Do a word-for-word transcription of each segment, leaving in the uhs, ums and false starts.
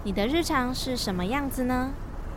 你的日常是什么样子呢？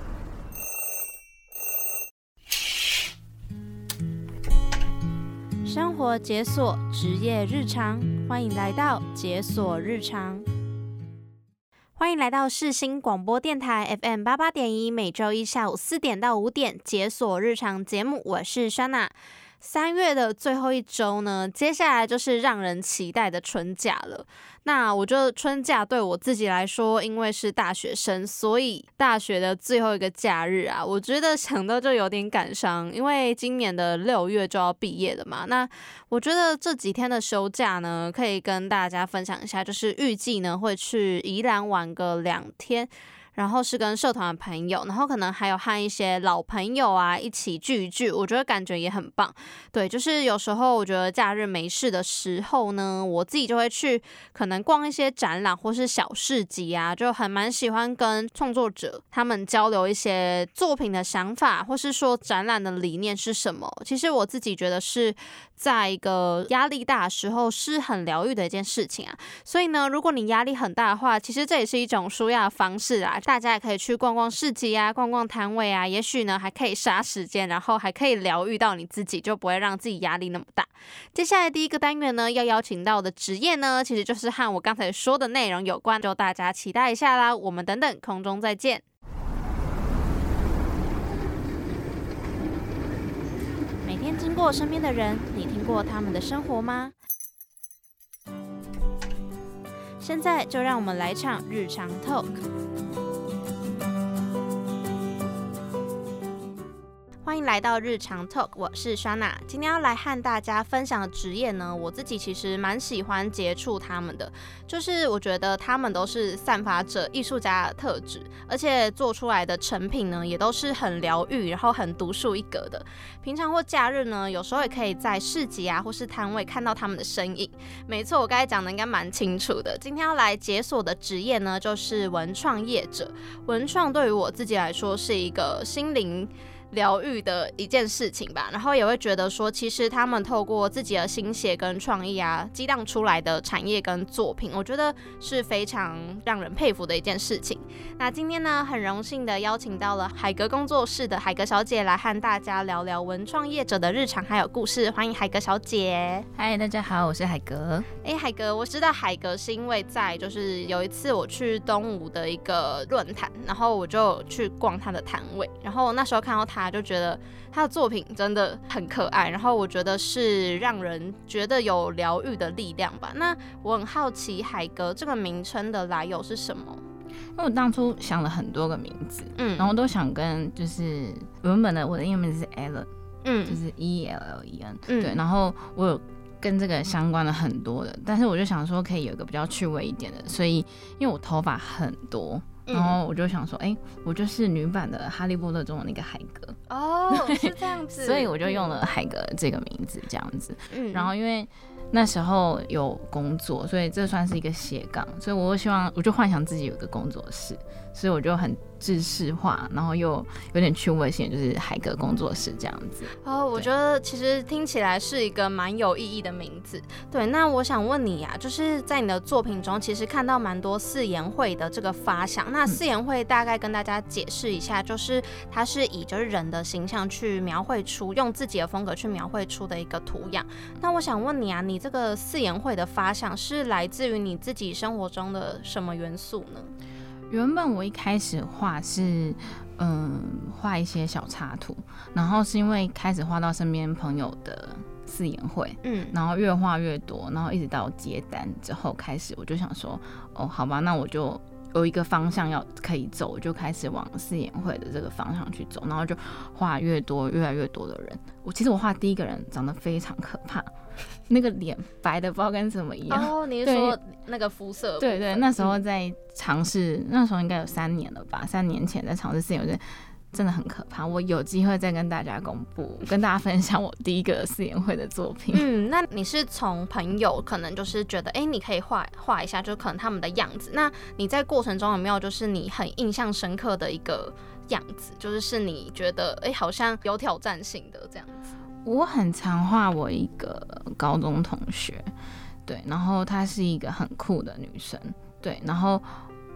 生活解锁，职业日常，欢迎来到解锁日常。欢迎来到世新广播电台 F M 八八点一，每周一下午四点到五点解锁日常节目，我是珊娜。三月的最后一周呢，接下来就是让人期待的春假了。那我觉得春假对我自己来说，因为是大学生，所以大学的最后一个假日啊，我觉得想到就有点感伤，因为今年的六月就要毕业了嘛。那我觉得这几天的休假呢，可以跟大家分享一下，就是预计呢会去宜兰玩个两天。然后是跟社团的朋友，然后可能还有和一些老朋友啊一起聚一聚，我觉得感觉也很棒。对，就是有时候我觉得假日没事的时候呢，我自己就会去可能逛一些展览或是小市集啊，就很蛮喜欢跟创作者他们交流一些作品的想法，或是说展览的理念是什么。其实我自己觉得是在一个压力大的时候是很疗愈的一件事情啊。所以呢，如果你压力很大的话，其实这也是一种抒压的方式啊。大家也可以去逛逛市集啊，逛逛摊位啊，也许呢还可以杀时间，然后还可以疗愈到你自己，就不会让自己压力那么大。接下来第一个单元呢，要邀请到的职业呢，其实就是和我刚才说的内容有关，就大家期待一下啦。我们等等空中再见。每天经过身边的人，你听过他们的生活吗？现在就让我们来场日常 talk。欢迎来到日常 talk， 我是莎娜。今天要来和大家分享的职业呢，我自己其实蛮喜欢接触他们的，就是我觉得他们都是散发着艺术家的特质，而且做出来的成品呢，也都是很疗愈，然后很独树一格的。平常或假日呢，有时候也可以在市集啊或是摊位看到他们的身影。没错，我刚才讲的应该蛮清楚的。今天要来解锁的职业呢，就是文创业者。文创对于我自己来说是一个心灵疗愈的一件事情吧，然后也会觉得说，其实他们透过自己的心血跟创意啊，激荡出来的产业跟作品，我觉得是非常让人佩服的一件事情。那今天呢，很荣幸的邀请到了海格工作室的海格小姐来和大家聊聊文创业者的日常还有故事。欢迎海格小姐。 嗨，大家好，我是海格。 哎，海格，我知道海格是因为在就是有一次我去东吴的一个论坛，然后我就去逛他的摊位，然后那时候看到他。就觉得他的作品真的很可爱，然后我觉得是让人觉得有疗愈的力量吧。那我很好奇海格这个名称的来由是什么？ 因为我当初想了很多个名字，嗯，然后都想跟就是原本的我的英文名字是 Ellen， 嗯，就是 E L L E N，嗯，对，然后我有跟这个相关的很多的，但是我就想说可以有一个比较趣味一点的，所以因为我头发很多。然后我就想说，哎、欸，我就是女版的哈利波特中的那个海格哦，是这样子， 所以我就用了海格这个名字这样子。嗯，然后因为那时候有工作，所以这算是一个斜杠，所以我希望我就幻想自己有一个工作室，所以我就很制式化，然后又有点趣味性，就是海格工作室这样子。 哦，我觉得其实听起来是一个蛮有意义的名字。对，那我想问你啊，就是在你的作品中，其实看到蛮多四言会的这个发想。那四言会大概跟大家解释一下，就是它是以就是人的形象去描绘出，用自己的风格去描绘出的一个图样。那我想问你啊，你这个四言会的发想是来自于你自己生活中的什么元素呢？ 原本我一开始画是，嗯，画一些小插图，然后是因为开始画到身边朋友的四言会，嗯，然后越画越多，然后一直到接单之后开始，我就想说，哦，好吧，那我就有一个方向要可以走，我就开始往四言会的这个方向去走，然后就画越多，越来越多的人。我其实我画第一个人长得非常可怕。那个脸白的不知道跟什么一样。 哦，你是说那个肤色？ 对对，那时候在尝试、嗯，那时候应该有三年了吧？三年前在尝试四言会，真的很可怕。我有机会再跟大家公布，跟大家分享我第一个四言会的作品。 嗯，那你是从朋友可能就是觉得，哎、欸，你可以画画一下，就可能他们的样子。那你在过程中有没有就是你很印象深刻的一个样子，就是是你觉得哎、欸，好像有挑战性的这样子？ 我很常画我一个高中同学，对，然后她是一个很酷的女生，对，然后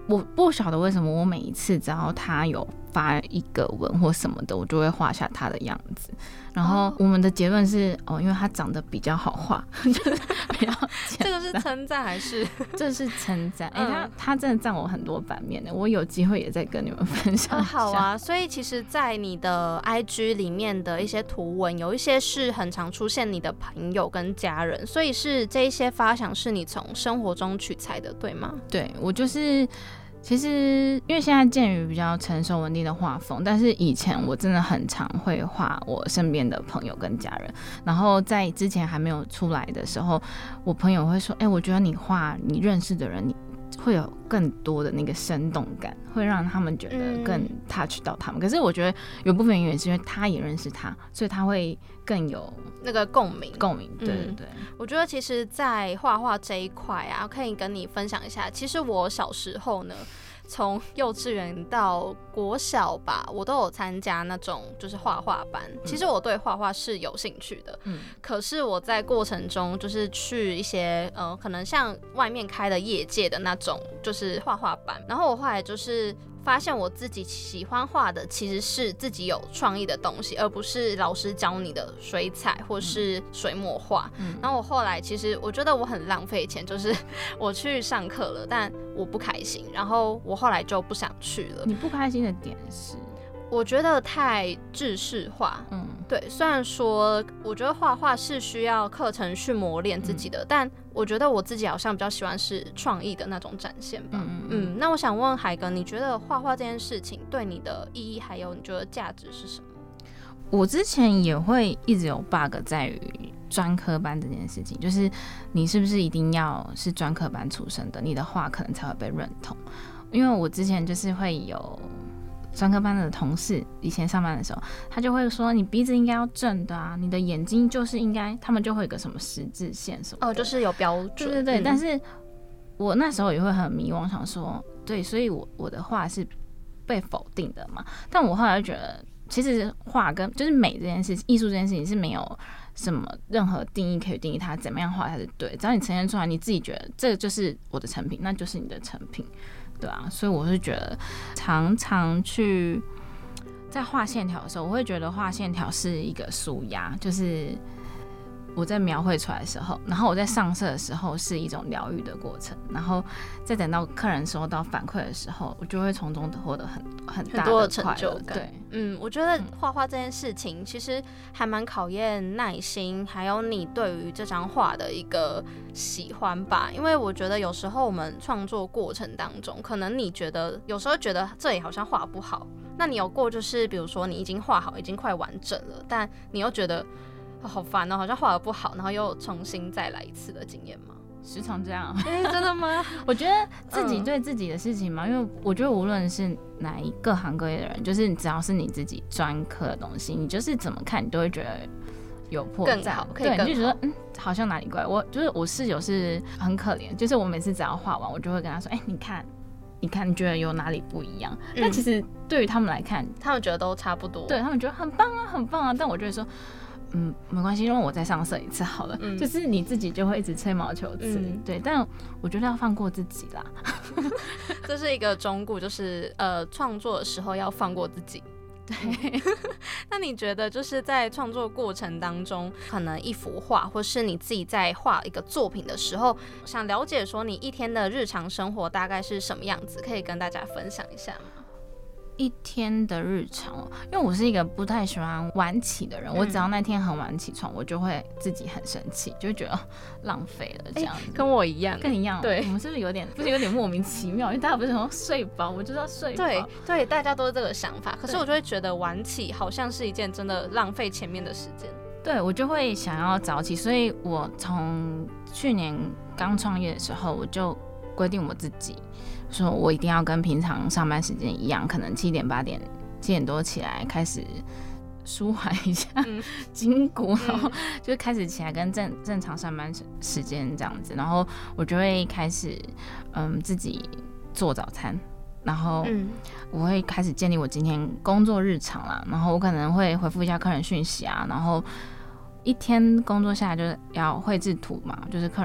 我不晓得为什么我每一次只要他有发一个文或什么的，我就会画下他的样子。然后我们的结论是哦，因为他长得比较好画，就是比较这个是称赞还是？ 这是称赞。哎、欸，他他真的占我很多版面的，我有机会也再跟你们分享一下。 好啊，所以其实，在你的 I G 里面的一些图文，有一些是很常出现你的朋友跟家人，所以是这一些发想是你从生活中取材的，对吗？ 对，我就是。其实，因为现在鉴于比较成熟稳定的画风，但是以前我真的很常会画我身边的朋友跟家人。然后在之前还没有出来的时候，我朋友会说：“哎、欸，我觉得你画你认识的人，你会有更多的那个生动感，会让他们觉得更 touch 到他们。嗯”可是我觉得有部分原因是因为他也认识他，所以他会更有那个共鸣。 共鸣，对对对。 嗯、我觉得其实，在画画这一块啊，可以跟你分享一下。其实我小时候呢。从幼稚园到国小吧，我都有参加那种就是画画班。其实我对画画是有兴趣的，嗯，可是我在过程中就是去一些呃，可能像外面开的业界的那种就是画画班，然后我后来就是发现我自己喜欢画的其实是自己有创意的东西，而不是老师教你的水彩或是水墨画。嗯、然后我后来其实我觉得我很浪费钱，就是我去上课了，但我不开心，然后我后来就不想去了。 你不开心的点是？ 我觉得太制式化，嗯，对。虽然说我觉得画画是需要课程去磨练自己的，嗯、但我觉得我自己好像比较喜欢是创意的那种展现吧。嗯, 嗯那我想问海哥，你觉得画画这件事情对你的意义还有你觉得价值是什么？ 我之前也会一直有 bug 在于专科班这件事情，就是你是不是一定要是专科班出身的，你的画可能才会被认同。因为我之前就是会有专科班的同事，以前上班的时候，他就会说你鼻子应该要正的啊，你的眼睛就是应该，他们就会有个什么十字线什么的， 哦，就是有标准， 对对对。嗯、但是我那时候也会很迷惘，想说，对，所以我我的画是被否定的嘛。但我后来就觉得，其实画跟就是美这件事情，艺术这件事情是没有什么任何定义可以定义它怎么样画才是对，只要你呈现出来，你自己觉得这就是我的成品，那就是你的成品。对啊，所以我是觉得常常去在画线条的时候，我会觉得画线条是一个抒压，就是我在描绘出来的时候，然后我在上色的时候是一种疗愈的过程，然后再等到客人收到反馈的时候，我就会从中获得很很大的快乐，很多的成就感。对， 嗯，我觉得画画这件事情其实还蛮考验耐心，还有你对于这张画的一个喜欢吧。因为我觉得有时候我们创作过程当中，可能你觉得有时候觉得这里好像画不好，那你有过就是比如说你已经画好，已经快完整了，但你又觉得好烦哦，好像画得不好，然后又重新再来一次的经验吗？ 时常这样。 哎、欸，真的吗？ 我觉得自己对自己的事情嘛，嗯、因为我觉得无论是哪一个行各业的人，就是只要是你自己专科的东西，你就是怎么看你都会觉得有破绽， 更好，可以更好。 对，你就觉得嗯，好像哪里怪。我就是我室友是很可怜，就是我每次只要画完，我就会跟他说，哎、欸，你看。你看，你觉得有哪里不一样？但、嗯、其实对于他们来看， 他们觉得都差不多。 对他们觉得很棒啊，很棒啊。但我就会说，嗯，没关系，让我再上色一次好了。嗯、就是你自己就会一直吹毛求疵，嗯、对。但我觉得要放过自己啦。 这是一个忠告，就是呃，创作的时候要放过自己。对，那你觉得就是在创作过程当中，可能一幅画，或是你自己在画一个作品的时候，想了解说你一天的日常生活大概是什么样子，可以跟大家分享一下吗？ 一天的日常，因为我是一个不太喜欢晚起的人，嗯、我只要那天很晚起床，我就会自己很生气，就会觉得浪费了这样子、欸。 跟我一样， 跟你一样， 对， 我们是不是有点不是有点莫名其妙？因为大家不是说睡饱，我就是要睡饱。 对对，大家都是这个想法，可是我就会觉得晚起好像是一件真的浪费前面的时间。 对，我就会想要早起，所以我从去年刚创业的时候，我就规定我自己。说我一定要跟平常上班时间一样，可能七点八点七点多起来开始舒缓一下筋骨，嗯、然后就开始起来跟正正常上班时间这样子，然后我就会开始嗯自己做早餐，然后我会开始建立我今天工作日常啦，然后我可能会回复一下客人讯息啊，然后一天工作下来就是要绘制图嘛，就是客人的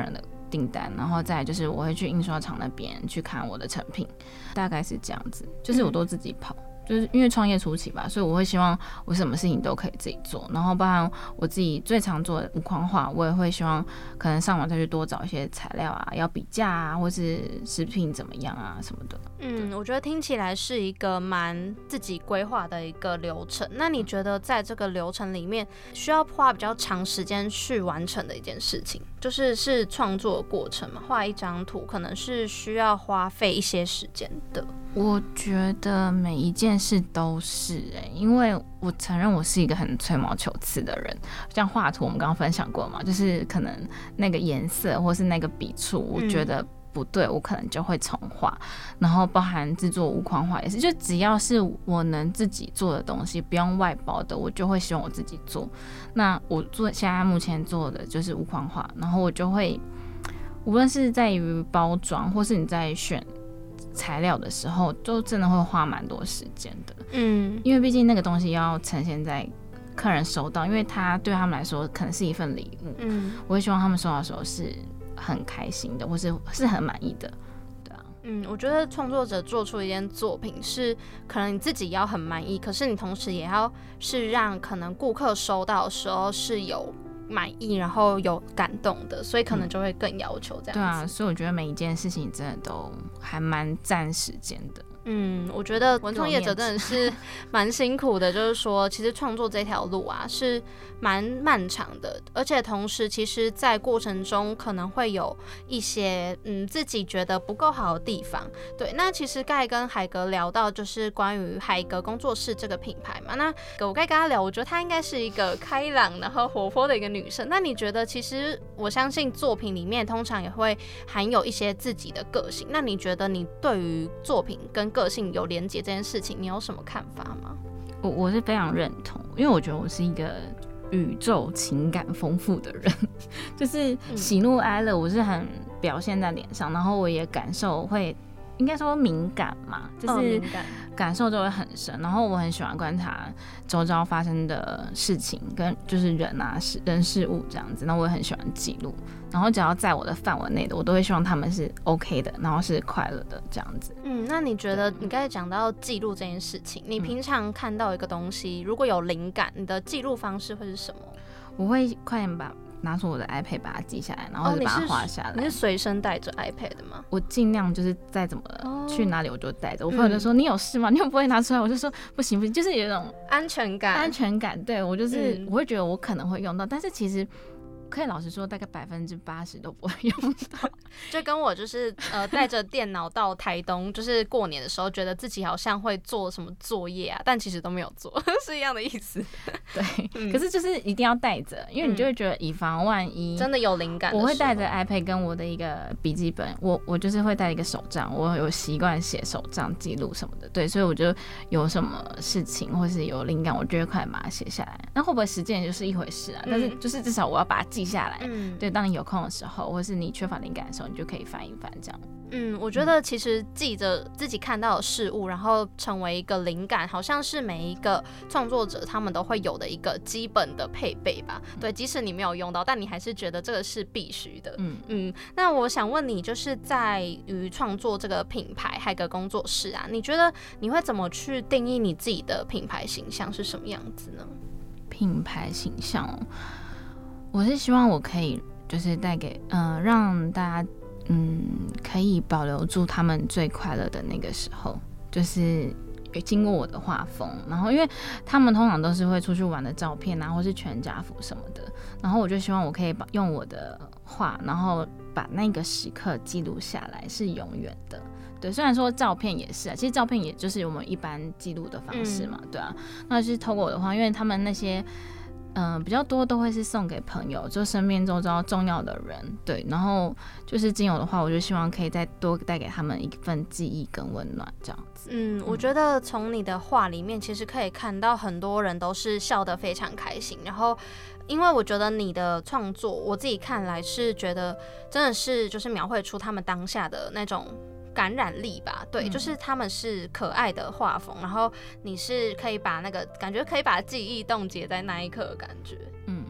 订单，然后再来就是我会去印刷厂那边去看我的成品，大概是这样子，就是我都自己跑。嗯，就是因为创业初期吧，所以我会希望我什么事情都可以自己做，然后包含我自己最常做的无框画，我也会希望可能上网再去多找一些材料啊，要比价啊，或是食品怎么样啊什么的。 嗯，我觉得听起来是一个蛮自己规划的一个流程。那你觉得在这个流程里面，需要花比较长时间去完成的一件事情，就是是创作的过程嘛？画一张图可能是需要花费一些时间的。 我觉得每一件事都是哎、欸，因为我承认我是一个很吹毛求疵的人。像画图，我们刚刚分享过嘛，就是可能那个颜色或是那个笔触，我觉得不对，我可能就会重画。然后包含制作无框画也是，就只要是我能自己做的东西，不用外包的，我就会希望我自己做。那我做现在目前做的就是无框画，然后我就会，无论是在于包装，或是你在选材料的时候，就真的会花蛮多时间的。嗯，因为毕竟那个东西要呈现在客人收到，因为他对他们来说可能是一份礼物。嗯，我会希望他们收到的时候是很开心的，或是是很满意的。对啊， 嗯，我觉得创作者做出一件作品是可能你自己要很满意，可是你同时也要是让可能顾客收到的时候是有满意，然后有感动的，所以可能就会更要求这样子。 对啊，所以我觉得每一件事情真的都还蛮占时间的。 嗯，我觉得文创业者真的是蛮辛苦的，就是说，其实创作这条路啊是蛮漫长的，而且同时，其实在过程中可能会有一些嗯自己觉得不够好的地方。对，那其实刚才跟海格聊到就是关于海格工作室这个品牌嘛，那我该跟他聊，我觉得她应该是一个开朗然后活泼的一个女生。那你觉得，其实我相信作品里面通常也会含有一些自己的个性，那你觉得你对于作品跟个性有连结这件事情，你有什么看法吗？ 我我是非常认同，因为我觉得我是一个宇宙情感丰富的人，就是喜怒哀乐我是很表现在脸上，然后我也感受会，应该说敏感嘛，就是感受就会很深，然后我很喜欢观察周遭发生的事情跟就是人啊人事物这样子，那我也很喜欢记录，然后只要在我的范围内的，我都会希望他们是 OK 的，然后是快乐的这样子。 嗯，那你觉得你刚才讲到记录这件事情，你平常看到一个东西，如果有灵感，你的记录方式会是什么？ 我会快点把拿出我的 iPad 把它记下来，然后就把它画下来。 哦、你是随身带着 iPad 的吗？ 我尽量就是再怎么、哦、去哪里我就带着。我朋友就说、嗯、你有事吗？你又不会拿出来？我就说不行不行，就是有一种安全感。 安全感，对我就是、嗯、我会觉得我可能会用到，但是其实。可以老实说，大概百分之八十都不会用到。 就跟我就是呃带着电脑到台东，就是过年的时候，觉得自己好像会做什么作业啊，但其实都没有做，是一样的意思。 对、嗯，可是就是一定要带着，因为你就会觉得以防万一。 真的有灵感的时候。 我会带着 iPad 跟我的一个笔记本，我我就是会带一个手账，我有习惯写手账记录什么的。对，所以我就有什么事情或是有灵感，我就会快把它写下来。那会不会实践就是一回事啊？嗯、但是就是至少我要把它记下来。嗯，对，当你有空的时候，或是你缺乏灵感的时候，你就可以翻一翻这样。 嗯，我觉得其实记着自己看到的事物，然后成为一个灵感，好像是每一个创作者他们都会有的一个基本的配备吧。嗯、对，即使你没有用到，但你还是觉得这个是必须的。嗯嗯。那我想问你，就是在于创作这个品牌海格工作室啊，你觉得你会怎么去定义你自己的品牌形象是什么样子呢？ 品牌形象、哦。我是希望我可以就是带给呃让大家嗯可以保留住他们最快乐的那个时候，就是经过我的画风，然后因为他们通常都是会出去玩的照片啊，或是全家福什么的，然后我就希望我可以把用我的画，然后把那个时刻记录下来，是永远的。对，虽然说照片也是啊，其实照片也就是我们一般记录的方式嘛，嗯、对啊，那就是透过我的话，因为他们那些。嗯、呃，比较多都会是送给朋友，就身边周遭重要的人，对，然后就是精油的话，我就希望可以再多带给他们一份记忆跟温暖，这样子。 嗯，我觉得从你的画里面，其实可以看到很多人都是笑得非常开心，然后。因为我觉得你的创作，我自己看来是觉得真的是就是描绘出他们当下的那种感染力吧，对，嗯、就是他们是可爱的画风，然后你是可以把那个感觉可以把记忆冻结在那一刻的感觉，嗯。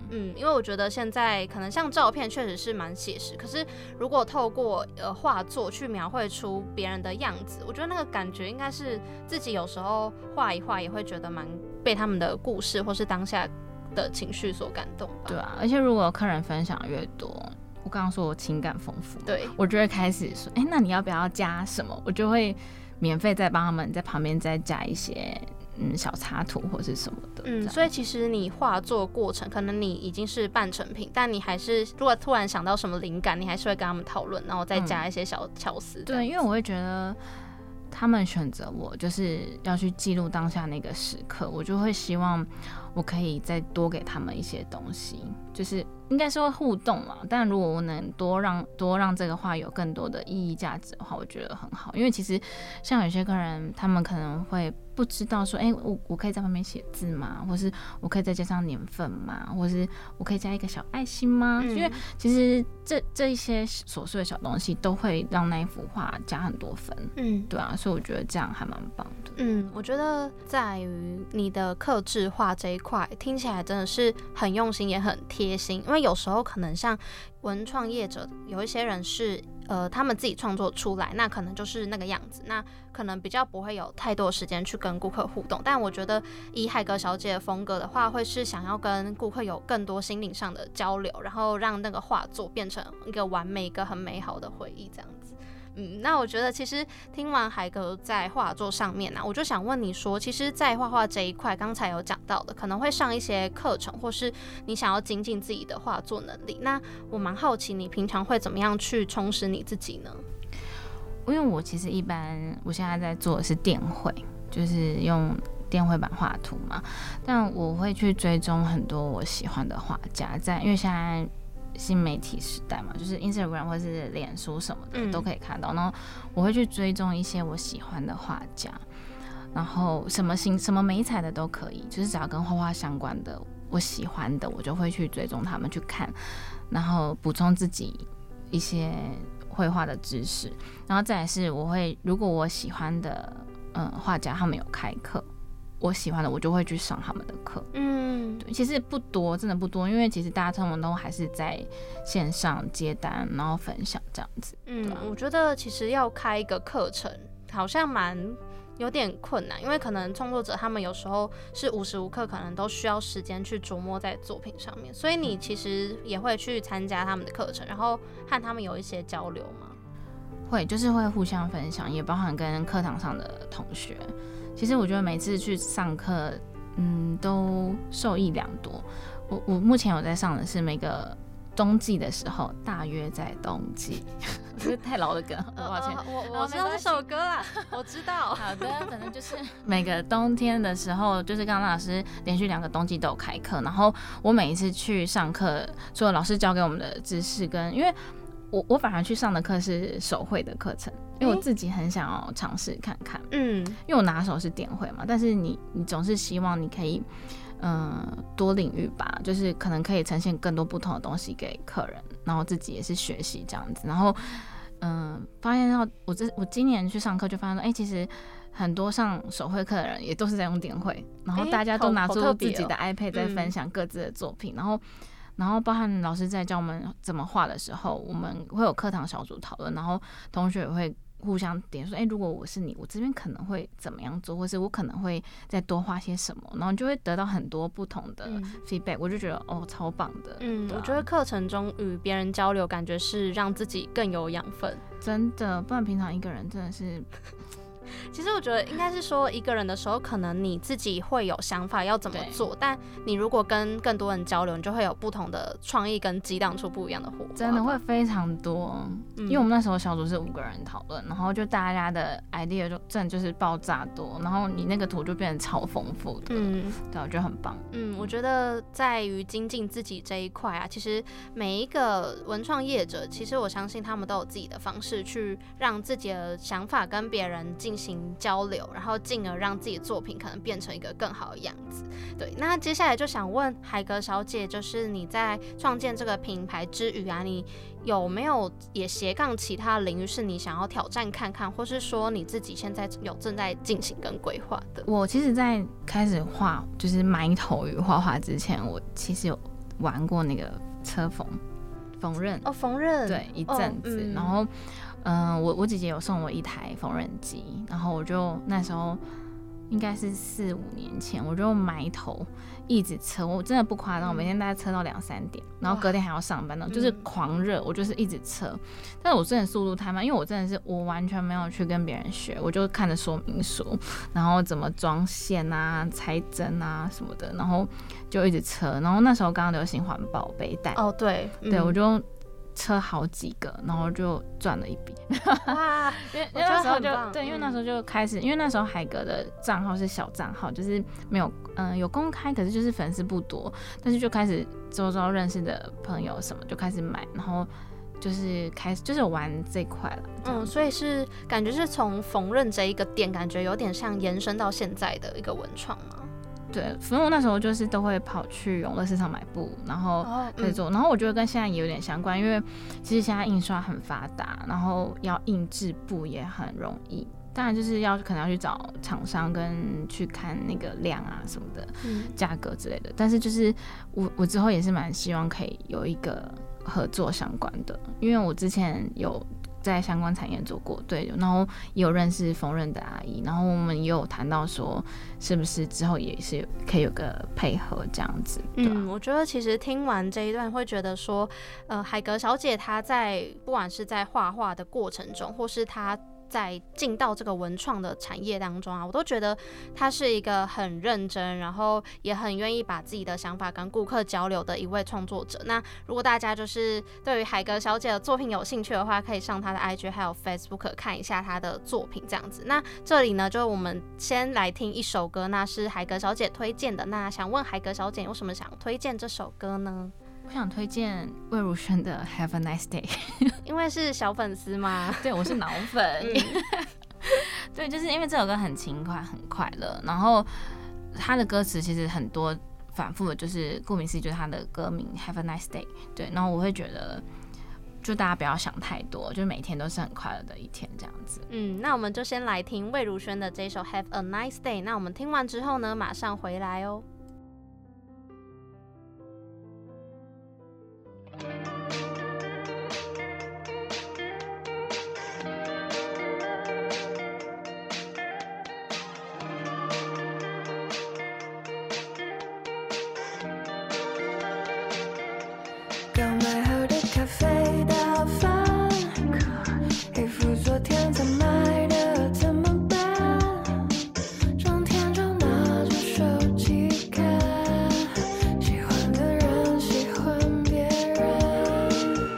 嗯，因为我觉得现在可能像照片确实是蛮写实，可是如果透过呃画作去描绘出别人的样子，我觉得那个感觉应该是自己有时候画一画也会觉得蛮被他们的故事或是当下的情绪所感动吧。 对啊，而且如果客人分享越多，我刚刚说我情感丰富， 对， 我就会开始说，哎、欸，那你要不要加什么？我就会免费再帮他们在旁边再加一些嗯小插图或是什么的。 嗯，所以其实你画作过程，可能你已经是半成品，但你还是如果突然想到什么灵感，你还是会跟他们讨论，然后再加一些小巧思、嗯。 对，因为我会觉得他们选择我就是要去记录当下那个时刻，我就会希望我可以再多给他们一些东西，就是应该是会互动嘛。但如果我能多让多让这个画有更多的意义价值的话，我觉得很好。因为其实像有些客人，他们可能会不知道说，哎、欸，我我可以在旁边写字吗？或是我可以再加上年份吗？或是我可以加一个小爱心吗？嗯、因为其实这这一些琐碎的小东西都会让那一幅画加很多分。嗯，对啊，所以我觉得这样还蛮棒的。 嗯，我觉得在于你的客制化这一块，听起来真的是很用心也很贴心。因为有时候可能像文创业者，有一些人是呃他们自己创作出来，那可能就是那个样子，那可能比较不会有太多的时间去跟顾客互动。但我觉得以海格小姐的风格的话，会是想要跟顾客有更多心灵上的交流，然后让那个画作变成一个完美、一个很美好的回忆这样子。嗯，那我觉得其实听完海格在画作上面啊，我就想问你说，其实在画画这一块，刚才有讲到的，可能会上一些课程，或是你想要精进自己的画作能力。那我蛮好奇，你平常会怎么样去充实你自己呢？ 因为我其实一般，我现在在做的是电绘，就是用电绘板画图嘛。但我会去追踪很多我喜欢的画家，在因为现在新媒体时代嘛，就是 Instagram 或是脸书什么的、嗯、都可以看到。然后我会去追踪一些我喜欢的画家，然后什么形什么媒材的都可以，就是只要跟画画相关的，我喜欢的，我就会去追踪他们去看，然后补充自己一些绘画的知识。然后再来是我会，如果我喜欢的嗯画家他们有开课，我喜欢的我就会去上他们的课。嗯，对，其实不多，真的不多，因为其实大家通常都还是在线上接单，然后分享这样子。 嗯，我觉得其实要开一个课程，好像蛮有点困难，因为可能创作者他们有时候是无时无刻可能都需要时间去琢磨在作品上面，所以你其实也会去参加他们的课程，然后和他们有一些交流吗？ 会，就是会互相分享，也包含跟课堂上的同学。其实我觉得每次去上课，嗯，都受益良多。我我目前有在上的是每个冬季的时候，大约在冬季，这太老的歌，抱歉。 我我知道这首歌啦，我知道。 好的，反正就是每个冬天的时候，就是刚刚老师连续两个冬季都有开课，然后我每一次去上课，除了老师教给我们的知识跟，因为我我反而去上的课是手绘的课程。因为我自己很想要尝试看看，嗯，因为我拿手是电绘嘛，但是你你总是希望你可以，嗯、呃，多领域吧，就是可能可以呈现更多不同的东西给客人，然后自己也是学习这样子，然后，嗯、呃，发现到我这我今年去上课就发现说，哎、欸，其实很多上手绘课的人也都是在用电绘，然后大家都拿出自己的 iPad 在分享各自的作品，嗯、然后。然后包含老师在教我们怎么画的时候，我们会有课堂小组讨论，然后同学也会互相点说，哎，如果我是你，我这边可能会怎么样做，或是我可能会再多画些什么，然后就会得到很多不同的 feedback，、嗯、我就觉得哦，超棒的。 嗯，啊、我觉得课程中与别人交流，感觉是让自己更有养分。 真的，不然平常一个人真的是。 其实我觉得应该是说，一个人的时候，可能你自己会有想法要怎么做，但你如果跟更多人交流，你就会有不同的创意跟激荡出不一样的火花。 真的会非常多、嗯，因为我们那时候小组是五个人讨论，然后就大家的 idea 就真的就是爆炸多，然后你那个图就变得超丰富的，嗯，对，我觉得很棒。 嗯，我觉得在于精进自己这一块啊，其实每一个文创业者，其实我相信他们都有自己的方式去让自己的想法跟别人进行交流，然后进而让自己的作品可能变成一个更好的样子。对，那接下来就想问海格小姐，就是你在创建这个品牌之余啊，你有没有也斜杠其他的领域是你想要挑战看看，或是说你自己现在有正在进行跟规划的？ 我其实在开始画就是埋头于画画之前，我其实有玩过那个车缝缝纫哦，缝纫对一阵子，哦嗯、然后嗯、呃，我我姐姐有送我一台缝纫机，然后我就那时候应该是四五年前，我就埋头一直车，我真的不夸张，我每天大概车到两三点，然后隔天还要上班呢，就是狂热，我就是一直车，但是我真的速度太慢，因为我真的是我完全没有去跟别人学，我就看着说明书，然后怎么装线啊、裁针啊什么的，然后就一直车，然后那时候刚刚流行环保背带， 哦对， 嗯、对我就车好几个，然后就赚了一笔。 哇， 因为那时候就对，因为那时候就开始，因为那时候海格的账号是小账号，就是没有嗯、呃、有公开，可是就是粉丝不多，但是就开始周遭认识的朋友什么就开始买，然后就是开始就是玩这块了。 嗯，所以是感觉是从缝纫这一个点，感觉有点像延伸到现在的一个文创吗？ 对，反正我那时候就是都会跑去永乐市场买布，然后可以做、哦嗯，然后我觉得跟现在也有点相关，因为其实现在印刷很发达，然后要印制布也很容易。当然就是要可能要去找厂商跟去看那个量啊什么的，价格之类的。但是就是我我之后也是蛮希望可以有一个合作相关的，因为我之前有在相关产业做过，对，然后也有认识缝纫的阿姨，然后我们也有谈到说，是不是之后也是可以有个配合这样子。对啊、 嗯，我觉得其实听完这一段，会觉得说，呃，海格小姐她在不管是在画画的过程中，或是她在进到这个文创的产业当中啊，我都觉得他是一个很认真，然后也很愿意把自己的想法跟顾客交流的一位创作者。那如果大家就是对于海格小姐的作品有兴趣的话，可以上她的 I G 还有 Facebook 看一下她的作品这样子。那这里呢，就我们先来听一首歌，那是海格小姐推荐的。那想问海格小姐有什么想推荐这首歌呢？ 我想推荐魏如萱的 Have a Nice Day 因为是小粉丝吗？ 对，我是脑粉、嗯、对，就是因为这首歌很轻快很快乐，然后他的歌词其实很多反复的，就是顾名思义就是他的歌名 Have a Nice Day。 对，然后我会觉得就大家不要想太多，就每天都是很快乐的一天这样子。 嗯，那我们就先来听魏如萱的这首 Have a Nice Day。 那我们听完之后呢，马上回来哦。 刚买好的咖啡倒翻，衣服昨天才买的怎么办？整天就拿着手机看，喜欢的人喜欢别人，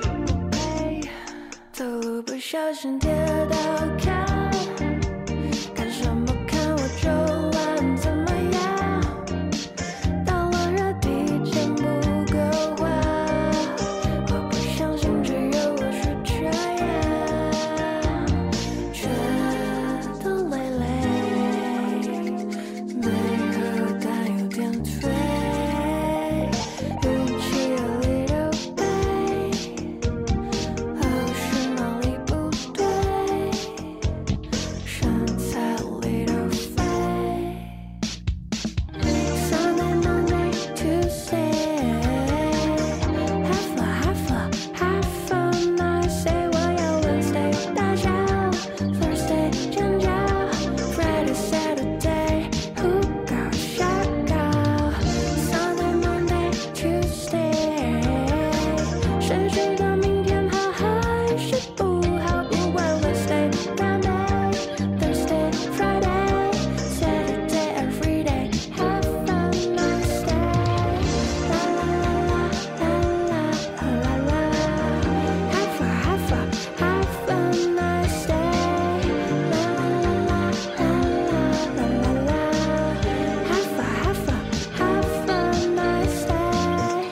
走路不小心跌倒看，看什么看我就烂怎么样？到了热地见不够花，我不相信只有我是这样，觉得累累，没喝但有点醉，运气有里都背，哦是哪里不对，身材里都飞。Sunday, Monday, Tuesday, have a, have a, have a nice day. 我要 Wednesday 大笑 ，Thursday 尖叫 ，Friday, Saturday 胡搞瞎搞 ，Sunday, Monday, Tuesday， 谁知道明天好还是不好？不管 Wednesday 干杯 ，Thursday, Friday, Saturday, every day, have a nice day. La la la la la la la la. Have a, have a, have a nice day. La la la la la la la la. Have a, have a, have a nice day.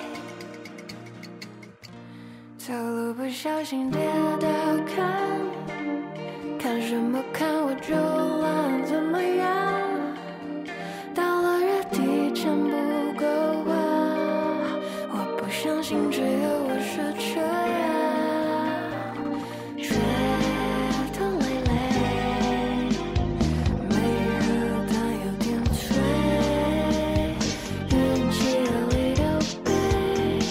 走路不小心跌倒看，看什么看我就烂怎么样？到了热地见不够花，我不相信只有我是这样，觉得累累，没喝但有点醉，运气里都背，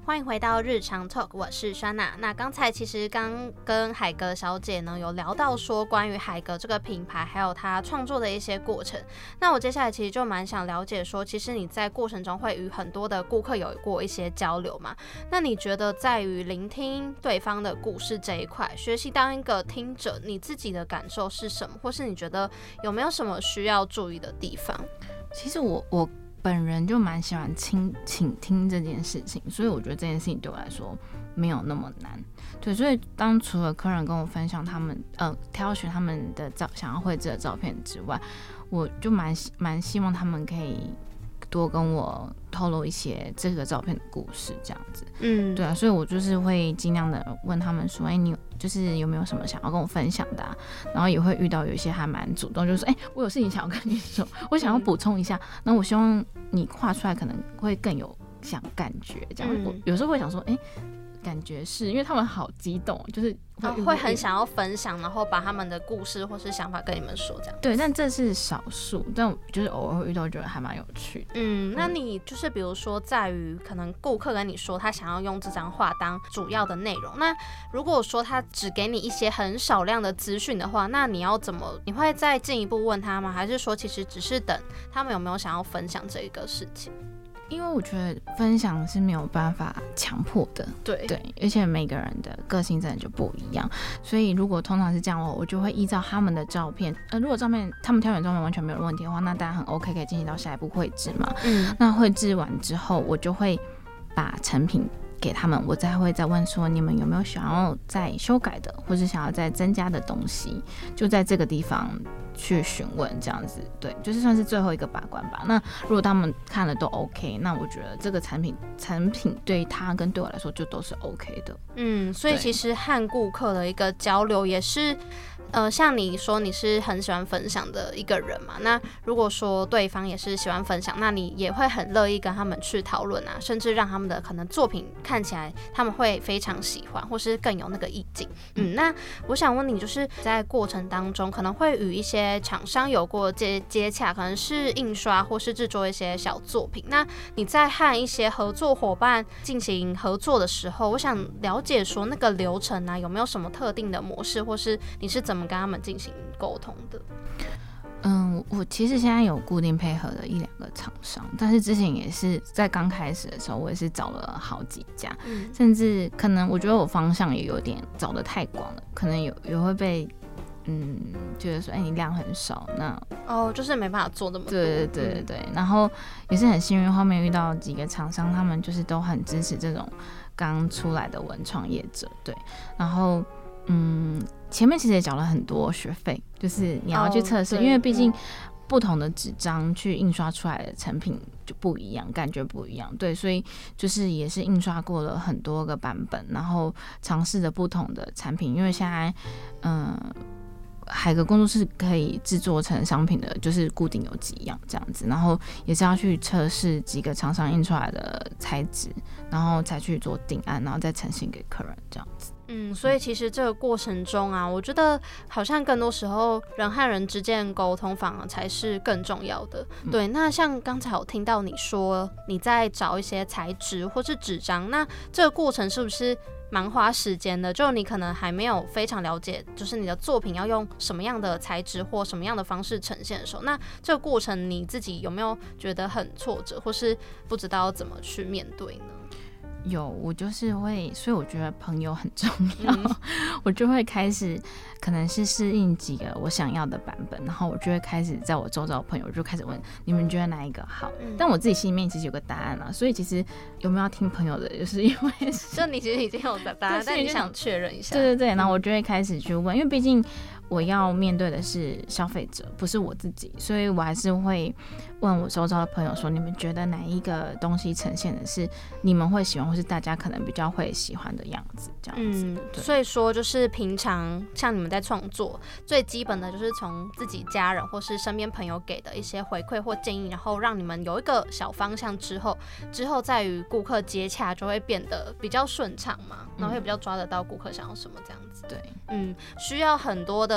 欢迎回到日常 Talk， 我是珊娜。那刚才其实刚跟海格小姐呢有聊到说关于海格这个品牌，还有她创作的一些过程。那我接下来其实就蛮想了解说，其实你在过程中会与很多的顾客有过一些交流嘛？那你觉得在于聆听对方的故事这一块，学习当一个听者，你自己的感受是什么？或是你觉得有没有什么需要注意的地方？ 其实我我。本人就蛮喜欢倾倾听这件事情，所以我觉得这件事情对我来说没有那么难。对，所以当除了客人跟我分享他们呃挑选他们的照想要绘制的照片之外，我就蛮蛮希望他们可以多跟我透露一些这个照片的故事，这样子。嗯，对啊，所以我就是会尽量的问他们说，哎、欸，你就是有没有什么想要跟我分享的、啊？然后也会遇到有一些还蛮主动，就是说，哎、欸，我有事情想要跟你说，我想要补充一下，那我希望你画出来可能会更有想感觉，这样。嗯、我有时候会想说，哎、欸。感觉是因为他们好激动，就是会、 哦、会很想要分享，然后把他们的故事或是想法跟你们说，这样。 对，但这是少数，但就是偶尔会遇到，觉得还蛮有趣的。 嗯，那你就是比如说，在于可能顾客跟你说他想要用这张画当主要的内容，那如果说他只给你一些很少量的资讯的话，那你要怎么？你会再进一步问他吗？还是说其实只是等他们有没有想要分享这个事情？ 因为我觉得分享是没有办法强迫的， 对对，而且每个人的个性真的就不一样，所以如果通常是这样的话，我就会依照他们的照片，呃，如果照片他们挑选照片完全没有问题的话，那当然很 OK， 可以进行到下一步绘制嘛。嗯，那绘制完之后，我就会把成品给他们，我再会再问说你们有没有想要再修改的，或是想要再增加的东西，就在这个地方去询问，这样子。对，就是算是最后一个把关吧。那如果他们看了都 OK， 那我觉得这个产品产品对他跟对我来说就都是 OK 的。 嗯，所以其实和顾客的一个交流也是。呃，像你说你是很喜欢分享的一个人嘛，那如果说对方也是喜欢分享，那你也会很乐意跟他们去讨论啊，甚至让他们的可能作品看起来他们会非常喜欢，或是更有那个意境。嗯，那我想问你，就是在过程当中可能会与一些厂商有过接接洽，可能是印刷或是制作一些小作品。那你在和一些合作伙伴进行合作的时候，我想了解说那个流程啊，有没有什么特定的模式，或是你是怎么跟他们进行沟通的？ 嗯，我其实现在有固定配合的一两个厂商，但是之前也是在刚开始的时候，我也是找了好几家，嗯、甚至可能我觉得我方向也有点找得太广了，可能有也会被嗯觉得说，哎、欸，你量很少，那哦，就是没办法做那么多。 对对对对对，嗯、然后也是很幸运，后面遇到几个厂商，他们就是都很支持这种刚出来的文创业者，对，然后。嗯，前面其实也缴了很多学费，就是你要去测试， oh, 因为毕竟不同的纸张去印刷出来的成品就不一样，感觉不一样，对，所以就是也是印刷过了很多个版本，然后尝试的不同的产品，因为现在嗯。海格工作室可以制作成商品的，就是固定有几样这样子，然后也是要去测试几个厂商印出来的材质，然后才去做定案，然后再呈现给客人这样子。 嗯，所以其实这个过程中啊，我觉得好像更多时候人和人之间的沟通反而才是更重要的。嗯、对，那像刚才我听到你说你在找一些材质或是纸张，那这个过程是不是蛮花时间的？就你可能还没有非常了解，就是你的作品要用什么样的材质或什么样的方式呈现的时候，那这个过程你自己有没有觉得很挫折，或是不知道怎么去面对呢？ 有，我就是会，所以我觉得朋友很重要，嗯、我就会开始可能是适应几个我想要的版本，然后我就会开始在我周遭的朋友就开始问你们觉得哪一个好，嗯、但我自己心里面其实有个答案啦，所以其实有没有要听朋友的，就是因为就你其实已经有答案，但你想确认一下， 对对对，然后我就会开始去问，因为毕竟我要面对的是消费者，不是我自己，所以我还是会问我周遭的朋友说，你们觉得哪一个东西呈现的是你们会喜欢，或是大家可能比较会喜欢的样子，这样子。嗯， 所以说就是平常像你们在创作，最基本的就是从自己家人或是身边朋友给的一些回馈或建议，然后让你们有一个小方向之后，之后再与顾客接洽就会变得比较顺畅嘛，然后会比较抓得到顾客想要什么这样子。 对， 嗯，需要很多的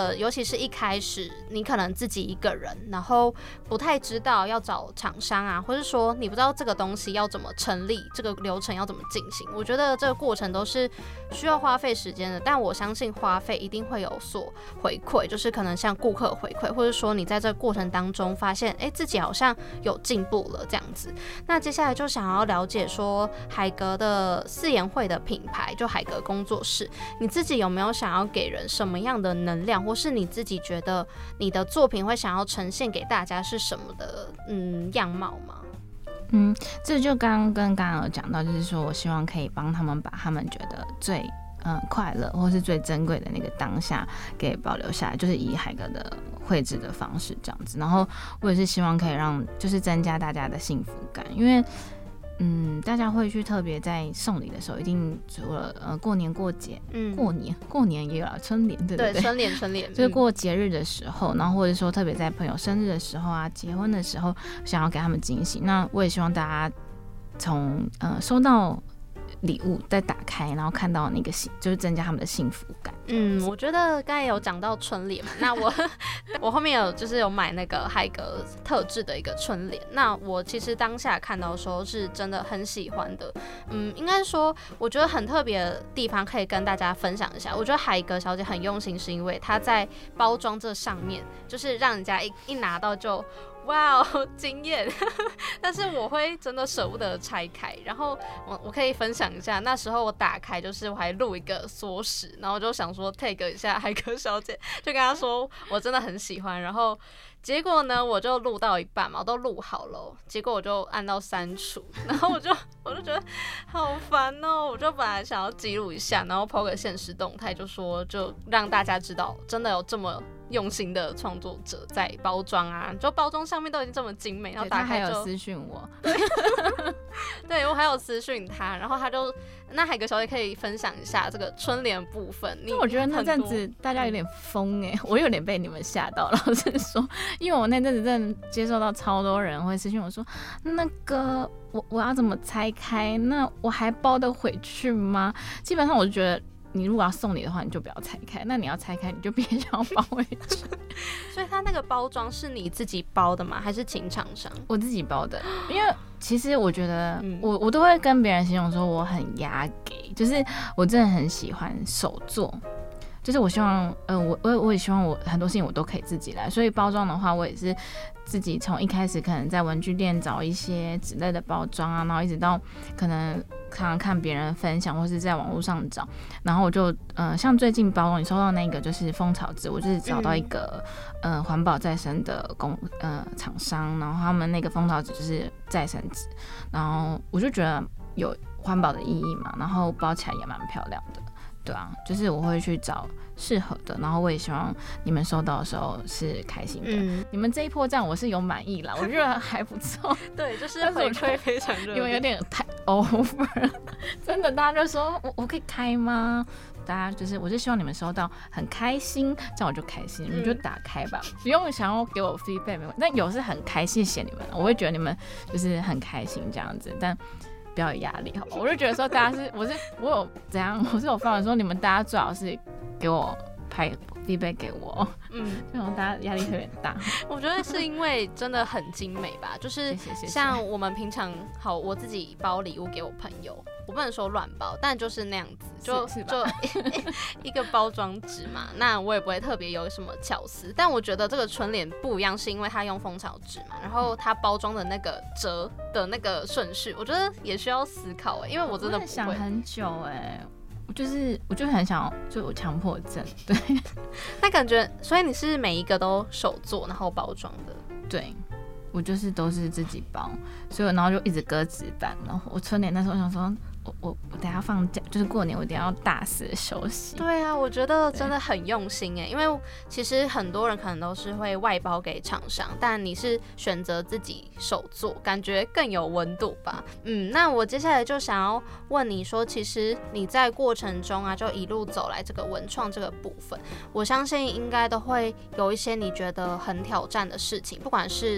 得尤其是一开始你可能自己一个人，然后不太知道要找厂商啊，或是说你不知道这个东西要怎么成立，这个流程要怎么进行，我觉得这个过程都是需要花费时间的，但我相信花费一定会有所回馈，就是可能像顾客回馈，或者说你在这个过程当中发现哎、欸、自己好像有进步了这样子。那接下来就想要了解说海格的四研会的品牌，就海格工作室，你自己有没有想要给人什么样的能量，或是你自己觉得你的作品会想要呈现给大家是什么的嗯样貌吗？ 嗯，这就刚刚跟刚刚有讲到，就是说我希望可以帮他们把他们觉得最嗯快乐或是最珍贵的那个当下给保留下来，就是以海格的绘制的方式这样子。然后我也是希望可以让就是增加大家的幸福感，因为嗯，大家会去特别在送礼的时候，一定除了呃过年过节，嗯，过年过年也有啦，春联对不对？ 对，春联春联， 就是过节日的时候，然后或者说特别在朋友生日的时候啊，结婚的时候，想要给他们惊喜。那我也希望大家从呃收到礼物再打开，然后看到那个幸，就是增加他们的幸福感。 嗯，我觉得刚才有讲到春联嘛，那我我后面有就是有买那个海格特制的一个春联，那我其实当下看到的时候是真的很喜欢的。嗯，应该说我觉得很特别的地方可以跟大家分享一下。我觉得海格小姐很用心，是因为她在包装这上面，就是让人家一一拿到就。哇哦，惊艳！但是我会真的舍不得拆开，然后我我可以分享一下，那时候我打开就是我还录一个缩时，然后就想说 tag 一下海格小姐，就跟她说我真的很喜欢，然后结果呢我就录到一半嘛，我都录好了，结果我就按到删除，然后我就我就觉得好烦哦，我就本来想要记录一下，然后 po 个限时动态，就说就让大家知道真的有这么用心的创作者在包装啊，就包装上面都已经这么精美，然后打开就他还有私讯我， 对，对我还有私讯他，然后他就那海格小姐可以分享一下这个春联部分。你我觉得那阵子大家有点疯哎、欸，我有点被你们吓到，老实说，因为我那阵子真的接受到超多人会私讯我说，那个我我要怎么拆开？那我还包得回去吗？基本上我就觉得。你如果要送礼的话，你就不要拆开；那你要拆开，你就别想包回去。 所以它那个包装是你自己包的吗？还是请厂商？ 我自己包的，因为其实我觉得我我都会跟别人形容说我很压给，就是我真的很喜欢手做。就是我希望，呃，我我我也希望我很多事情我都可以自己来，所以包装的话，我也是自己从一开始可能在文具店找一些纸类的包装啊，然后一直到可能常常看别人分享，或是在网络上找，然后我就，呃，像最近包装你收到那个就是蜂巢纸，我就是找到一个，呃，环保再生的工呃厂商，然后他们那个蜂巢纸就是再生纸，然后我就觉得有环保的意义嘛，然后包起来也蛮漂亮的。对啊，就是我会去找适合的，然后我也希望你们收到的时候是开心的。嗯、你们这一波这样我是有满意啦，我觉得还不错。 对，就是回馈非常热烈， 因为有点太 over 了，真的，大家就说我我可以开吗？大家就是，我就希望你们收到很开心，这样我就开心，你们就打开吧，嗯、不用想要给我 feedback 没关系。但有是很开心，谢谢你们，我会觉得你们就是很开心这样子，但。不要有压力，好吧？我就觉得说，大家是，我是我有怎样，我是有发文说，你们大家最好是给我拍 feedback 给我，嗯，这种大家压力特别大。 我觉得是因为真的很精美吧，就是像我们平常好，我自己包礼物给我朋友，我不能说乱包，但就是那样子，就就一个包装纸嘛，那我也不会特别有什么巧思。但我觉得这个春联不一样，是因为它用蜂巢纸嘛，然后它包装的那个折的那个顺序，我觉得也需要思考哎、欸，因为我真的不会想很久哎、欸。就是我就很想，就有强迫症，对。 那感觉，所以你是每一个都手做，然后包装的？ 对，我就是都是自己包，所以我然后就一直搁纸板，然后我春联那时候想说，我我我等一下放假，就是过年我一定要大肆的休息。 对啊，我觉得真的很用心哎，因为其实很多人可能都是会外包给厂商，但你是选择自己手做，感觉更有温度吧。嗯，那我接下来就想要问你说，其实你在过程中啊，就一路走来这个文创这个部分，我相信应该都会有一些你觉得很挑战的事情，不管是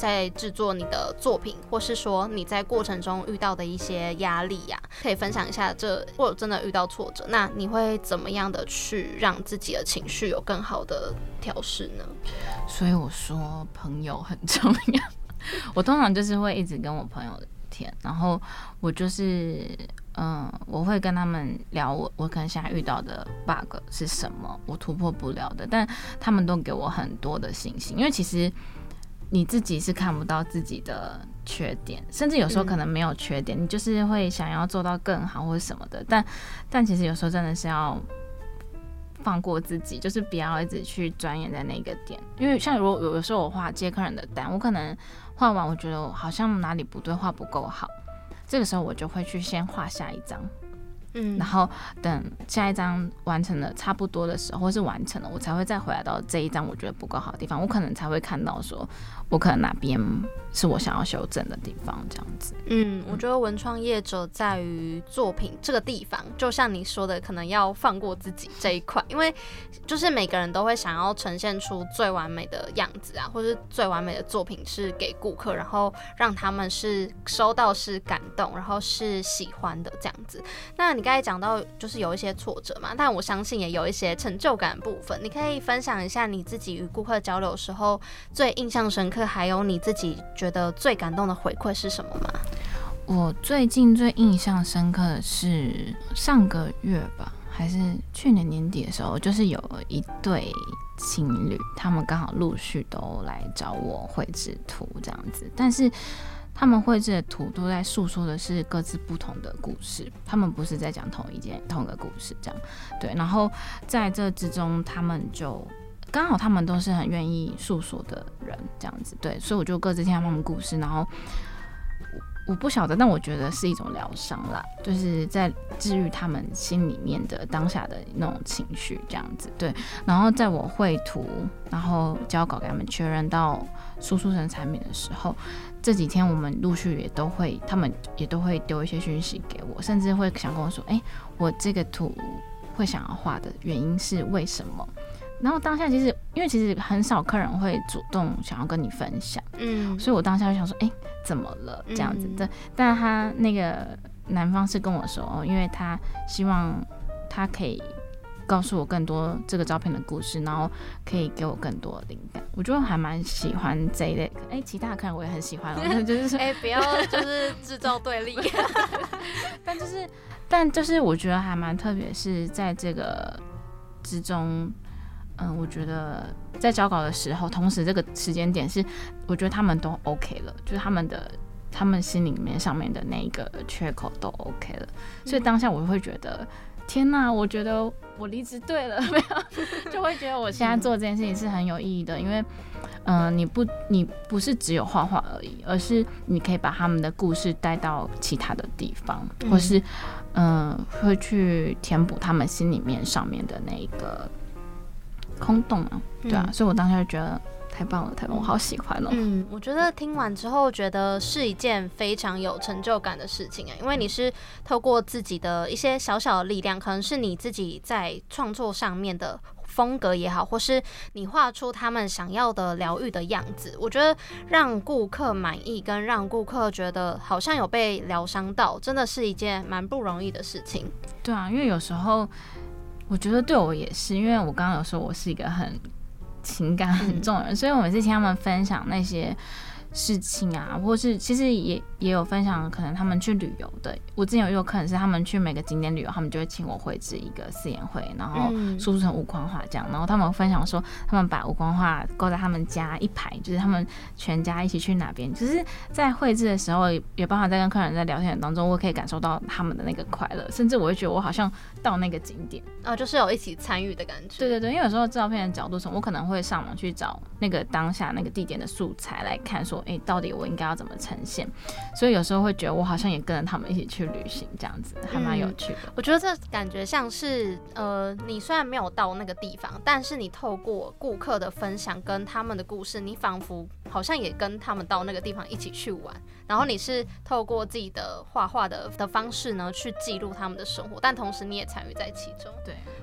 在制作你的作品，或是说你在过程中遇到的一些压力呀、啊，可以分享一下这，或者真的遇到挫折，那你会怎么样的去让自己的情绪有更好的调试呢？ 所以我说朋友很重要，我通常就是会一直跟我朋友聊天，然后我就是嗯，我会跟他们聊我我可能现在遇到的 bug 是什么，我突破不了的，但他们都给我很多的信心，因为其实你自己是看不到自己的缺点，甚至有时候可能没有缺点，嗯、你就是会想要做到更好或者什么的，但但其实有时候真的是要放过自己，就是不要一直去钻研在那个点，因为像如果有时候我画接客人的单，我可能画完我觉得我好像哪里不对，画不够好，这个时候我就会去先画下一张。嗯，然后等下一张完成了差不多的时候，或是完成了，我才会再回来到这一张我觉得不够好的地方，我可能才会看到说，我可能哪边是我想要修正的地方，这样子。 嗯，我觉得文创业者在于作品这个地方，就像你说的，可能要放过自己这一块，因为就是每个人都会想要呈现出最完美的样子啊，或是最完美的作品是给顾客，然后让他们是收到是感动，然后是喜欢的这样子。那你刚才讲到就是有一些挫折嘛，但我相信也有一些成就感的部分，你可以分享一下你自己与顾客交流的时候最印象深刻，还有你自己觉得最感动的回馈是什么吗？ 我最近最印象深刻的是上个月吧，还是去年年底的时候，就是有一对情侣，他们刚好陆续都来找我绘制图这样子，但是他们绘制的图都在诉说的是各自不同的故事，他们不是在讲同一件同一个故事这样。对，然后在这之中，他们就刚好他们都是很愿意诉说的人这样子，对，所以我就各自听他们的故事，然后我不晓得，但我觉得是一种疗伤啦，就是在治愈他们心里面的当下的那种情绪这样子，对。然后在我绘图，然后交稿给他们确认到输出成产品的时候，这几天我们陆续也都会，他们也都会丢一些讯息给我，甚至会想跟我说，哎、欸，我这个图会想要画的原因是为什么？然后当下其实，因为其实很少客人会主动想要跟你分享，嗯，所以我当下就想说，哎、欸，怎么了？这样子的。嗯、但他那个男方是跟我说，哦，因为他希望他可以告诉我更多这个照片的故事，然后可以给我更多的灵感。我就还蛮喜欢这一类，哎、欸，其他的客人我也很喜欢，就是哎、欸，不要就是制造对立， 但就是但就是我觉得还蛮特别，是在这个之中。嗯，我觉得在交稿的时候，同时这个时间点是，我觉得他们都 OK 了，就是他们的他们心里面上面的那一个缺口都 OK 了，所以当下我会觉得，天哪，我觉得我离职对了，没有，就会觉得我现在做这件事情是很有意义的，因为，嗯、呃，你不你不是只有画画而已，而是你可以把他们的故事带到其他的地方，或是嗯、呃，会去填补他们心里面上面的那一个空洞啊，对啊，嗯、所以我当时就觉得太棒了，太棒了，我好喜欢哦。 嗯，我觉得听完之后，觉得是一件非常有成就感的事情啊，因为你是透过自己的一些小小的力量，可能是你自己在创作上面的风格也好，或是你画出他们想要的疗愈的样子，我觉得让顾客满意，跟让顾客觉得好像有被疗伤到，真的是一件蛮不容易的事情。 对啊，因为有时候。我觉得对我也是，因为我刚刚有说我是一个很情感很重的人，嗯、所以我每次听他们分享那些事情啊，或是其实也也有分享，可能他们去旅游的。我之前有一个客人是他们去每个景点旅游，他们就会请我绘制一个四眼会，然后输出成无框画这样。然后他们分享说，他们把无框画挂在他们家一排，就是他们全家一起去哪边，就是在绘制的时候，也包含在跟客人在聊天当中，我可以感受到他们的那个快乐，甚至我会觉得我好像到那个景点， 哦，就是有一起参与的感觉。 对对对，因为有时候照片的角度上，我可能会上网去找那个当下那个地点的素材来看，说，哎、欸，到底我应该要怎么呈现？所以有时候会觉得我好像也跟着他们一起去旅行，这样子还蛮有趣的、嗯。 我觉得这感觉像是，呃，你虽然没有到那个地方，但是你透过顾客的分享跟他们的故事，你仿佛好像也跟他们到那个地方一起去玩。然后你是透过自己的画画的的方式呢，去记录他们的生活，但同时你也参与在其中。 对，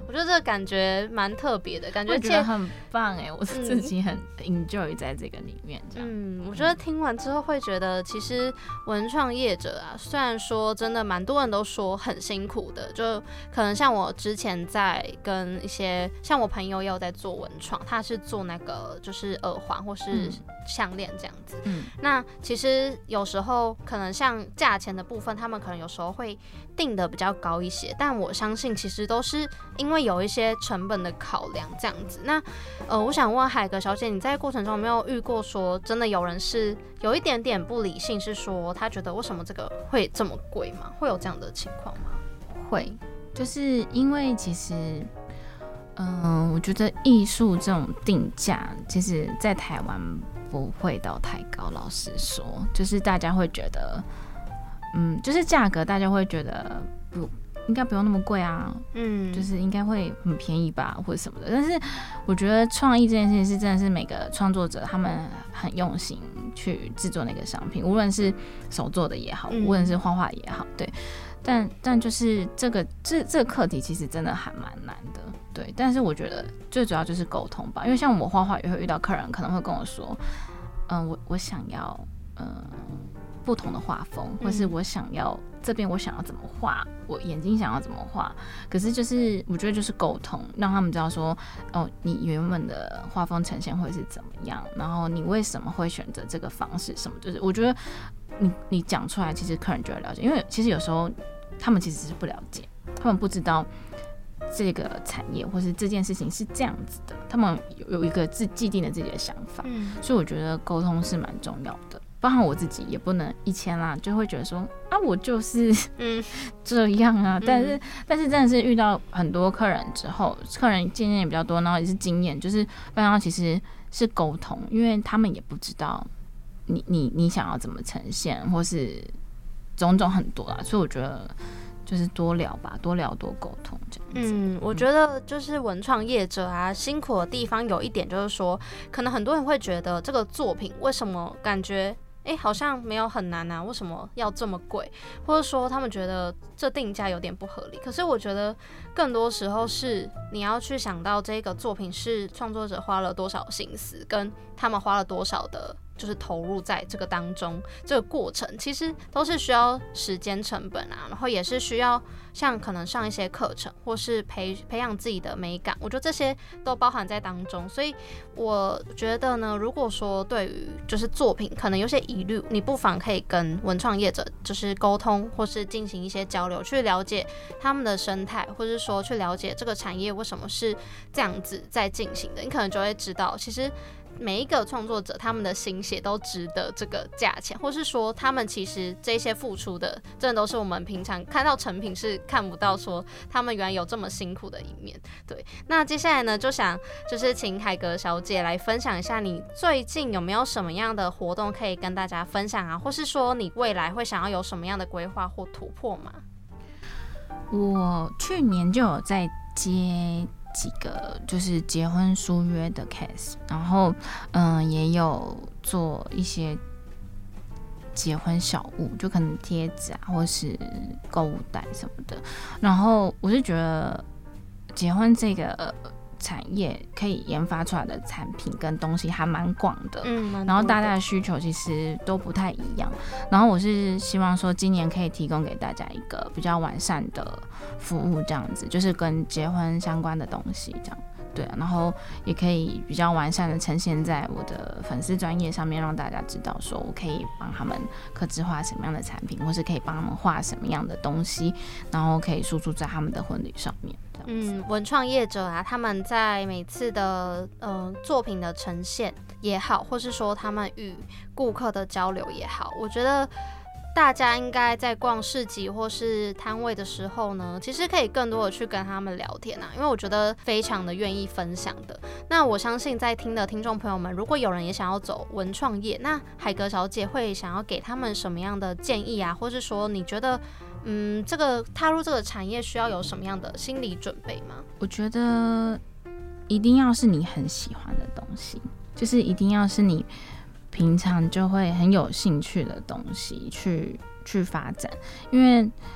我觉得这个感觉蛮特别的，感觉我觉得很棒哎，我自己很 enjoy 在这个里面这样。 嗯，我觉得听完之后会觉得，其实文创业者啊，虽然说真的蛮多人都说很辛苦的，就可能像我之前在跟一些像我朋友也有在做文创，他是做那个就是耳环或是项链这样子。嗯，那其实有时候可能像价钱的部分，他们可能有时候会定的比较高一些，但我相信其实都是因为有一些成本的考量这样子。那呃，我想问海格小姐，你在过程中有没有遇过说真的有人是有一点点不理性，是说他觉得为什么这个会这么贵吗？会有这样的情况吗？ 会，就是因为其实嗯、呃，我觉得艺术这种定价其实在台湾不会到太高，老实说，就是大家会觉得嗯，就是价格大家会觉得不应该不用那么贵啊，嗯，就是应该会很便宜吧，或者什么的。但是我觉得创意这件事情是真的是每个创作者他们很用心去制作那个商品，无论是手做的也好，无论是画画也好，对。但但就是这个这这个课题其实真的还蛮难的，对。但是我觉得最主要就是沟通吧，因为像我画画也会遇到客人可能会跟我说，嗯，我我想要嗯。不同的画风，或是我想要这边我想要怎么画，我眼睛想要怎么画，可是就是我觉得就是沟通，让他们知道说，哦，你原本的画风呈现会是怎么样，然后你为什么会选择这个方式，什么就是我觉得你你讲出来，其实客人就会了解，因为其实有时候他们其实是不了解，他们不知道这个产业或是这件事情是这样子的，他们有一个自既定的自己的想法，嗯，所以我觉得沟通是蛮重要的。包含我自己也不能以前啦，就会觉得说啊，我就是嗯这样啊，嗯、但是但是真的是遇到很多客人之后，客人经验也比较多，然后也是经验，就是发现其实是沟通，因为他们也不知道你你你想要怎么呈现，或是种种很多啦，所以我觉得就是多聊吧，多聊多沟通这样子。 嗯，我觉得就是文创业者啊，辛苦的地方有一点就是说，可能很多人会觉得这个作品为什么感觉。哎、欸，好像没有很难啊，为什么要这么贵？或者说他们觉得这定价有点不合理。可是我觉得更多时候是你要去想到这个作品是创作者花了多少心思，跟他们花了多少的就是投入在这个当中，这个过程其实都是需要时间成本啊，然后也是需要像可能上一些课程，或是培培养自己的美感，我觉得这些都包含在当中。所以我觉得呢，如果说对于就是作品可能有些疑虑，你不妨可以跟文创业者就是沟通，或是进行一些交流，去了解他们的生态，或是说去了解这个产业为什么是这样子在进行的，你可能就会知道其实每一个创作者他们的心血都值得这个价钱，或是说他们其实这些付出的真的都是我们平常看到成品是看不到说他们原来有这么辛苦的一面。对，那接下来呢就想就是请海格小姐来分享一下你最近有没有什么样的活动可以跟大家分享啊，或是说你未来会想要有什么样的规划或突破吗？ 我去年就有在接几个就是结婚书约的 case， 然后嗯也有做一些结婚小物，就可能贴纸啊或是购物袋什么的。然后我是觉得结婚这个产业可以研发出来的产品跟东西还蛮广的，嗯，然后大家的需求其实都不太一样。然后我是希望说今年可以提供给大家一个比较完善的服务，这样子就是跟结婚相关的东西这样。对啊，然后也可以比较完善的呈现在我的粉丝专页上面，让大家知道说我可以帮他们客制化什么样的产品，或是可以帮他们画什么样的东西，然后可以输出在他们的婚礼上面。 嗯，文创业者啊，他们在每次的呃作品的呈现也好，或是说他们与顾客的交流也好，我觉得大家应该在逛市集或是摊位的时候呢，其实可以更多的去跟他们聊天啊，因为我觉得非常的愿意分享的。那我相信在听的听众朋友们，如果有人也想要走文创业，那海格小姐会想要给他们什么样的建议啊，或是说你觉得嗯，这个踏入这个产业需要有什么样的心理准备吗？ 我觉得一定要是你很喜欢的东西，就是一定要是你平常就会很有兴趣的东西去去发展，因为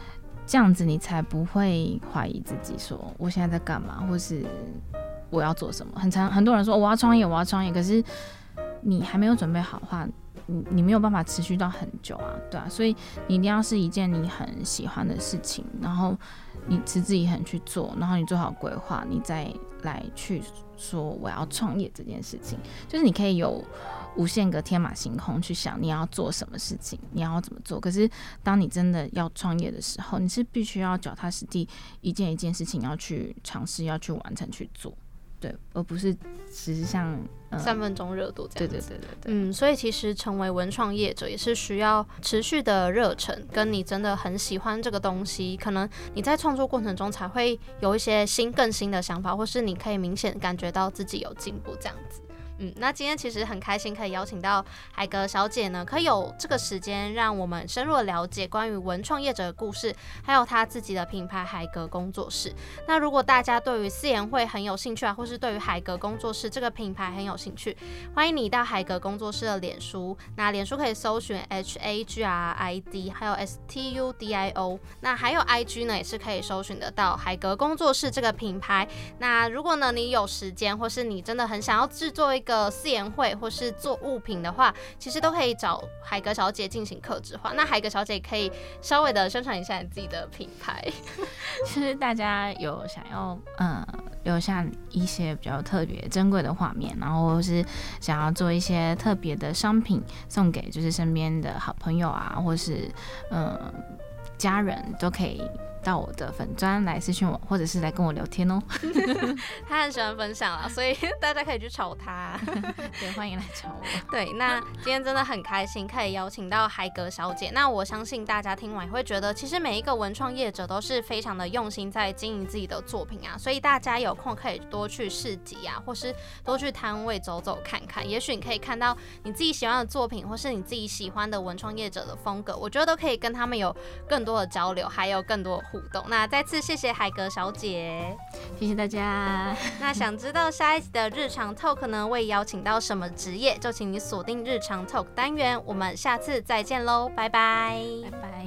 这样子你才不会怀疑自己，说我现在在干嘛，或是我要做什么。很常很多人说我要创业，我要创业，可是你还没有准备好的话，你你没有办法持续到很久啊，对啊，所以你一定要是一件你很喜欢的事情，然后你持之以恒去做，然后你做好规划，你再来去说我要创业这件事情。就是你可以有无限个天马行空去想你要做什么事情，你要怎么做。可是当你真的要创业的时候，你是必须要脚踏实地，一件一件事情要去尝试，要去完成去做。对，而不是只是像、呃、 三分钟热度这样子。 对对对对对。 嗯，所以其实成为文创业者也是需要持续的热忱，跟你真的很喜欢这个东西，可能你在创作过程中才会有一些新更新的想法，或是你可以明显感觉到自己有进步这样子。嗯，那今天其实很开心可以邀请到海格小姐呢，可以有这个时间让我们深入的了解关于文创业者的故事，还有她自己的品牌海格工作室。那如果大家对于四研会很有兴趣啊，或是对于海格工作室这个品牌很有兴趣，欢迎你到海格工作室的脸书，那脸书可以搜寻 H A G R I D， 还有 S T U D I O， 那还有 I G 呢也是可以搜寻得到海格工作室这个品牌。那如果呢你有时间，或是你真的很想要制作一个个四研会或是做物品的话，其实都可以找海格小姐进行客制化。那海格小姐可以稍微的宣传一下你自己的品牌。 其实大家有想要呃留下一些比较特别珍贵的画面，然后或是想要做一些特别的商品送给就是身边的好朋友啊，或是嗯、呃、家人，都可以到我的粉专来私讯我，或者是来跟我聊天哦。 他很喜欢分享啦，所以大家可以去找他。 对，欢迎来找我。 对，那今天真的很开心可以邀请到海格小姐。那我相信大家听完也会觉得，其实每一个文创业者都是非常的用心在经营自己的作品啊，所以大家有空可以多去市集啊，或是多去摊位走走看看，也许你可以看到你自己喜欢的作品，或是你自己喜欢的文创业者的风格，我觉得都可以跟他们有更多的交流，还有更多的互动。那再次谢谢海格小姐， 谢谢大家。 那想知道下一集的日常 talk 呢，会邀请到什么职业，就请你锁定日常 talk 单元，我们下次再见喽，拜拜， 拜拜。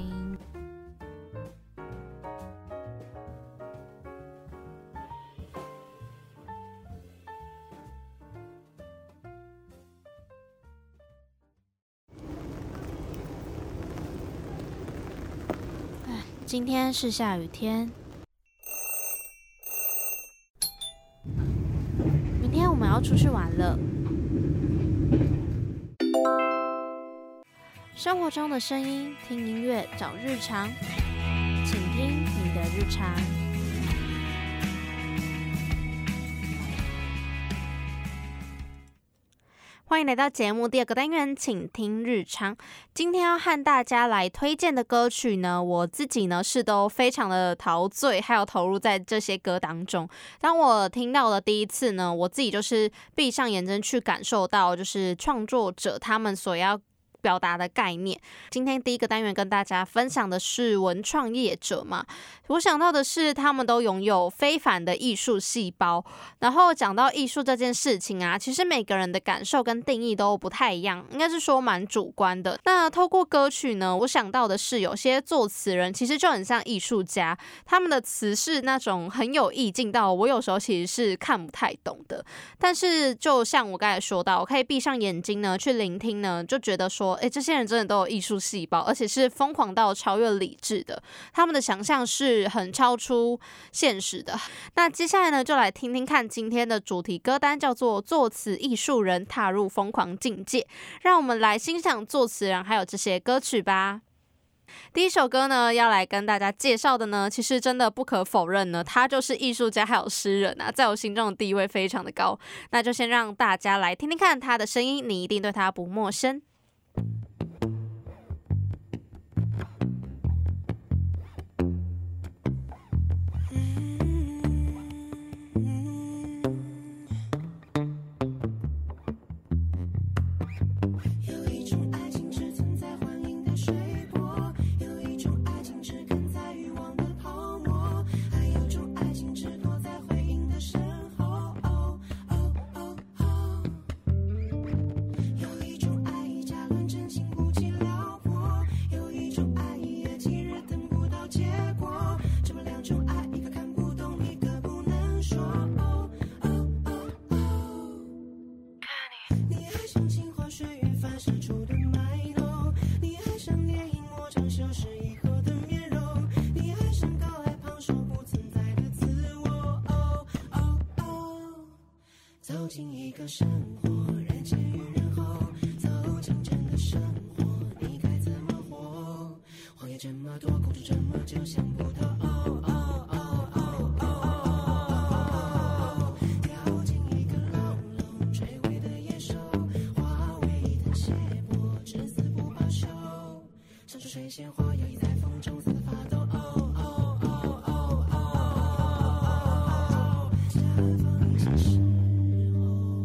今天是下雨天，明天我们要出去玩了。生活中的声音，听音乐找日常，请听你的日常。欢迎来到节目第二个单元，请听日常。今天要和大家来推荐的歌曲呢，我自己呢是都非常的陶醉，还有投入在这些歌当中。当我听到的第一次呢，我自己就是闭上眼睛去感受到，就是创作者他们所要表达的概念。今天第一个单元跟大家分享的是文创业者嘛，我想到的是他们都拥有非凡的艺术细胞。然后讲到艺术这件事情啊，其实每个人的感受跟定义都不太一样，应该是说蛮主观的。那透过歌曲呢，我想到的是有些作词人其实就很像艺术家，他们的词是那种很有意境到我有时候其实是看不太懂的。但是就像我刚才说到，我可以闭上眼睛呢去聆听呢，就觉得说哎，这些人真的都有艺术细胞，而且是疯狂到超越理智的，他们的想象是很超出现实的。那接下来呢，就来听听看今天的主题歌单，叫做作词艺术人踏入疯狂境界，让我们来欣赏作词人还有这些歌曲吧。第一首歌呢，要来跟大家介绍的呢，其实真的不可否认呢，他就是艺术家还有诗人啊，在我心中的地位非常的高。那就先让大家来听听看他的声音，你一定对他不陌生。 有一种爱，一深处的脉动。你爱上电影魔杖修饰以后的面容，你爱上高矮胖瘦不存在的自我。哦哦哦，走进一个生活，人前与人后，走进真的生活，你该怎么活？谎言这么多，故事这么久，想不透。哦哦哦哦哦哦，掉进一个牢笼，垂毁的野兽，化为一滩血泊，至死不罢休。像是水仙花摇曳在风中，瑟瑟发抖。哦哦哦哦哦哦，绽放一些时候。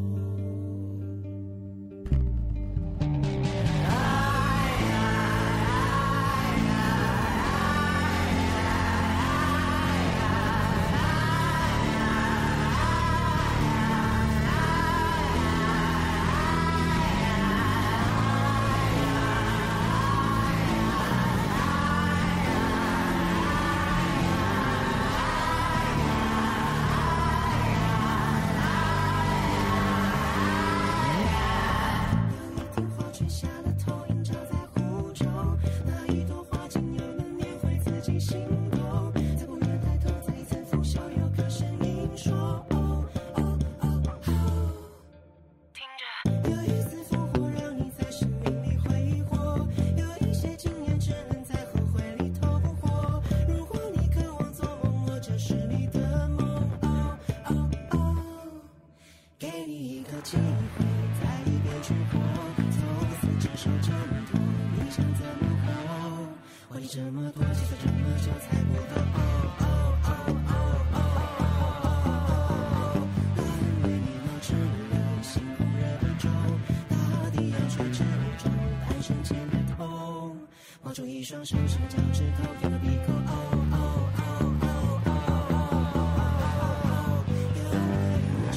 这么多，计算这么久，猜不到。哦哦哦哦哦哦，蓝莓你闹成流，星空热宇宙，大地要垂直宇宙，诞生前的痛，冒出一双手，伸脚趾头，有个闭口。哦哦哦哦哦哦，有泪无时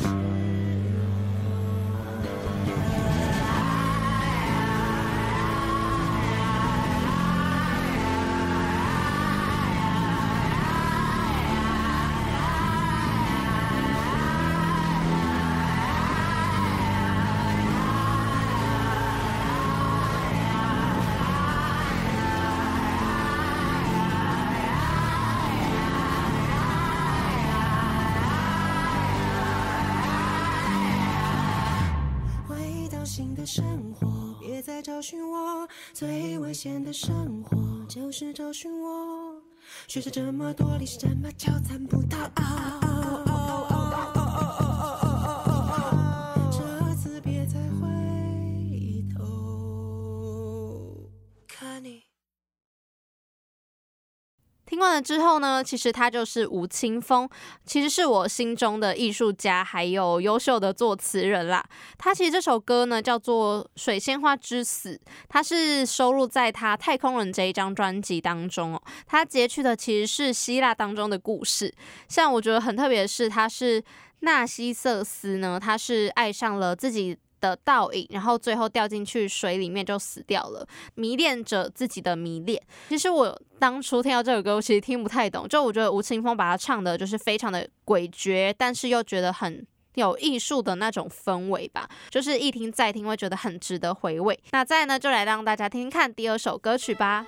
新的生活，别再找寻我，最危险的生活就是找寻我。学着这么多，历史这么久，参不到。哦哦哦哦哦哦哦，这次别再回头看你。 听完了之后呢，其实他就是吴青峰，其实是我心中的艺术家，还有优秀的作词人啦。他其实这首歌呢叫做《水仙花之死》，它是收录在他《太空人》这一张专辑当中哦。他截取的其实是希腊当中的故事，像我觉得很特别的是，他是纳西瑟斯呢，他是爱上了自己的倒影，然后最后掉进去水里面就死掉了，迷恋着自己的迷恋。其实我当初听到这首歌，我其实听不太懂，就我觉得吴青峰把它唱的就是非常的诡谲，但是又觉得很有艺术的那种氛围吧，就是一听再听会觉得很值得回味。那再来呢，就来让大家听听看第二首歌曲吧。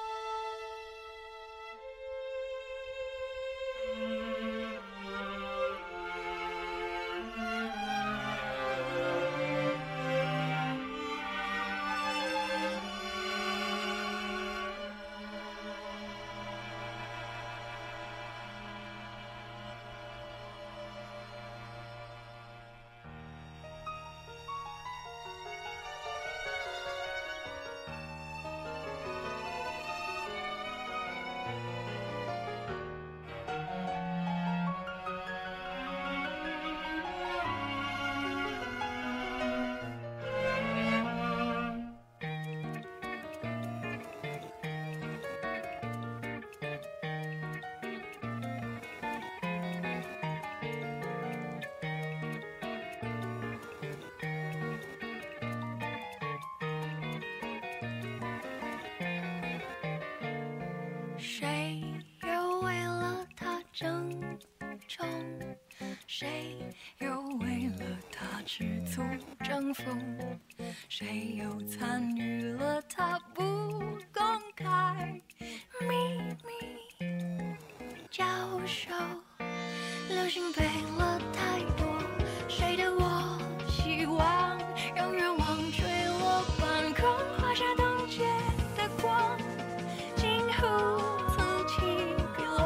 谁又为了他争宠？谁又为了他吃醋争锋，谁又参与了他不公开秘密？教授，流星背了太多，谁的我希望让愿望坠落半空，画下冻结的光，惊呼此起彼落。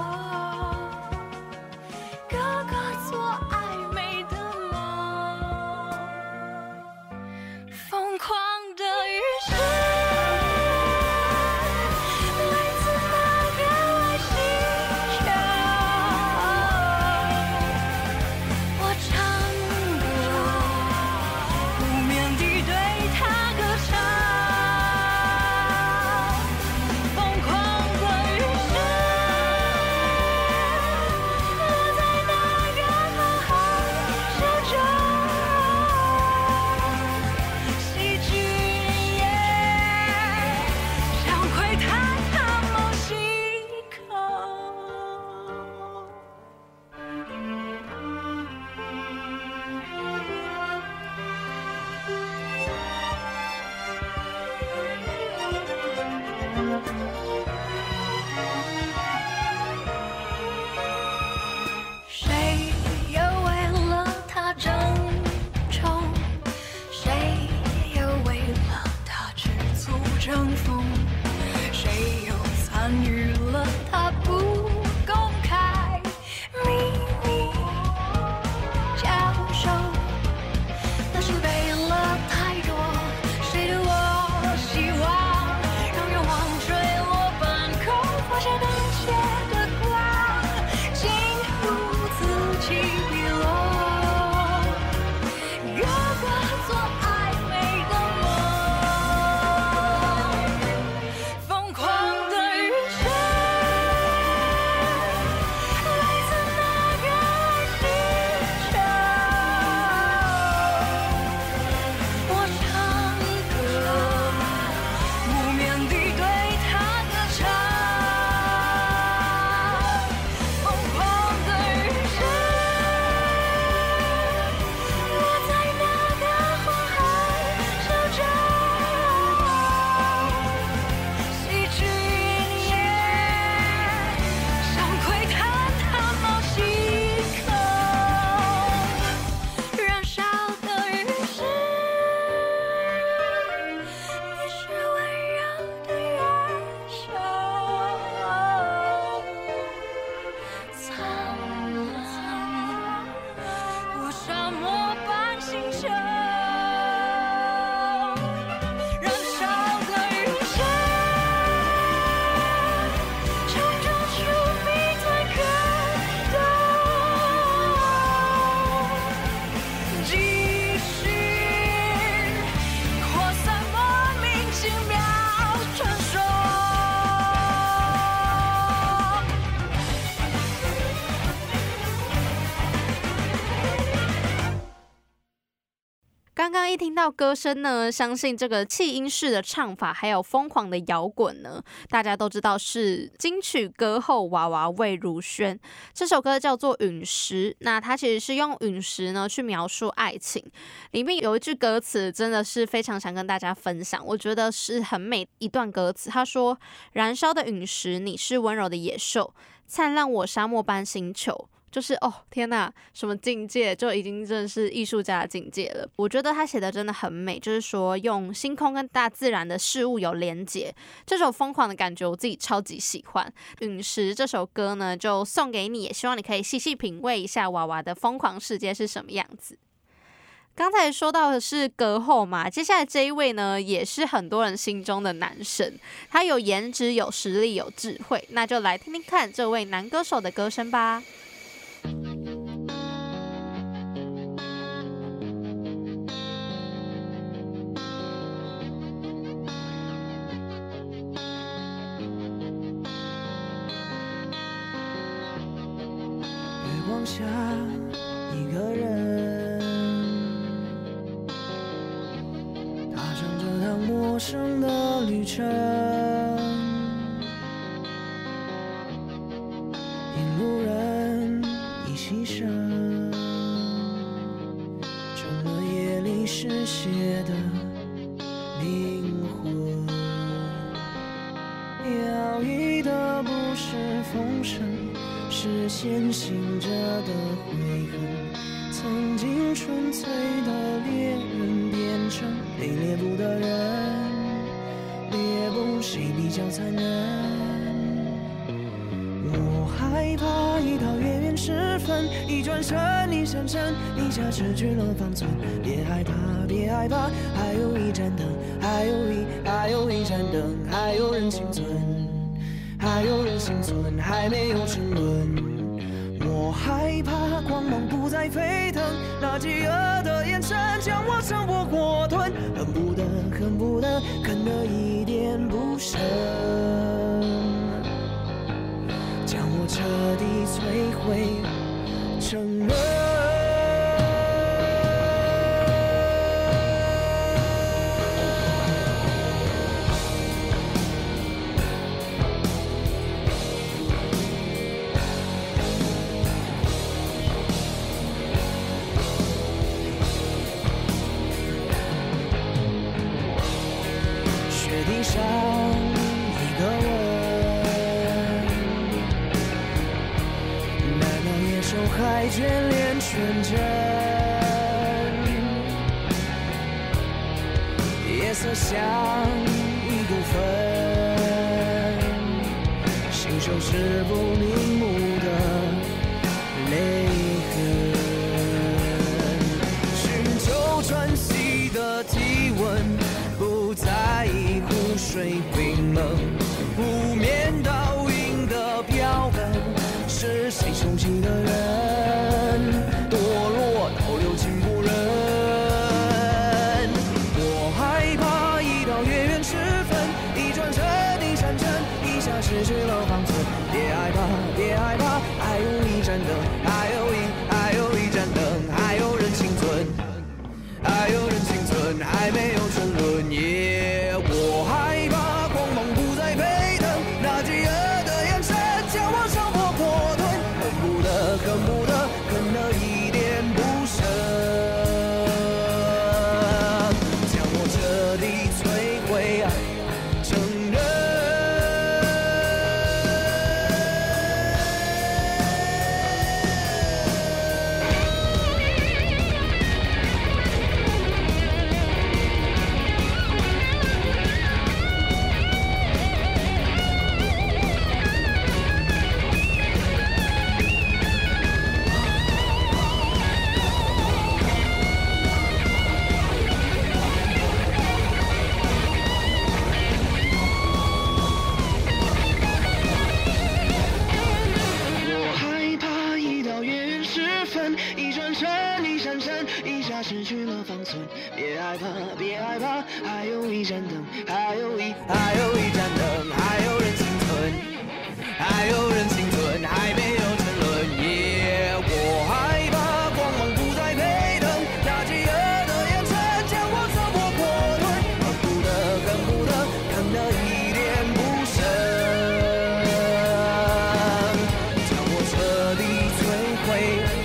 哥哥做暧昧的梦，疯狂的雨是来自那个外星球。我唱歌，不面地对他歌唱。疯狂的雨是落在那个浩瀚手中，细菌也像窥探他某细口。谁又为了他争宠？谁又为了他吃醋争锋？谁又参与了他不公开秘密？教授，流星背了太多，谁的我希望让愿望坠落半空，画下冻结的光，惊呼此起彼落。哥哥做暧昧的梦，疯狂的雨是来自那个外星球。我唱歌，不面地对他歌唱。疯狂的雨是落在那个荒寒手中，细菌也像窥探他某细口。燃烧的雨是你是温柔的元首，苍蓝如沙漠般星球。燃烧的雨是冲撞出比团可动，继续扩散莫名其妙传说。 刚刚一听到歌声呢，相信这个气音式的唱法，还有疯狂的摇滚呢，大家都知道是金曲歌后娃娃魏如萱。这首歌叫做《陨石》，那它其实是用陨石呢去描述爱情。里面有一句歌词真的是非常想跟大家分享，我觉得是很美一段歌词。他说：“燃烧的陨石，你是温柔的野兽，灿烂我沙漠般星球。”就是哦，天哪，什么境界，就已经真的是艺术家的境界了。我觉得他写的真的很美，就是说用星空跟大自然的事物有连结，这种疯狂的感觉我自己超级喜欢。陨石这首歌呢，就送给你，也希望你可以细细品味一下娃娃的疯狂世界是什么样子。刚才说到的是歌后嘛，接下来这一位呢，也是很多人心中的男神，他有颜值、有实力、有智慧，那就来听听看这位男歌手的歌声吧。 月光下，一个人踏上这趟陌生的旅程，引路人已牺牲，成了嗜血的灵魂。摇曳的不是风声，是先行者的悔恨。曾经纯粹的猎人变成被猎捕的人，猎捕谁比较残忍？我害怕一到月圆时分，一转身一闪身，一下失去了方寸。别害怕，别害怕，还有一盏灯，还有一还有一盏灯，还有人幸存，还有人幸存，还没有沉沦。我害怕光芒不再沸腾，那饥饿的眼神将我生活火吞，恨不得恨不得恨得一点不剩，将我彻底摧毁成人。地上一个吻，难道野兽还眷恋纯真？夜色像一股风，心手是不瞑目的泪痕，寻求喘息的体温，不在意湖水冰冷，湖面倒映的标本，是谁熟悉的人，堕落到流情不忍。我害怕一到月圆时分，一转身一闪身，一下失去了方寸。别害怕，别害怕，还有一盏灯，还有一还有一盏灯，还有人幸存，还有人幸存，还没有沉沦。耶、yeah, 我害怕光芒不再沸腾，那饥饿的眼神将我生活火吞，恨不得恨不得恨得一点不剩，将我彻底摧毁成人。一转身，一闪身，一下失去了方寸。别害怕，别害怕，还有一盏灯，还有一还有一盏灯，还有人幸存，还有人幸存，还没有沉沦。耶、yeah, 我害怕光芒不再沸腾，那饥饿的眼神将我生活火吞，恨不得恨不得恨得一点不剩，将我彻底摧毁。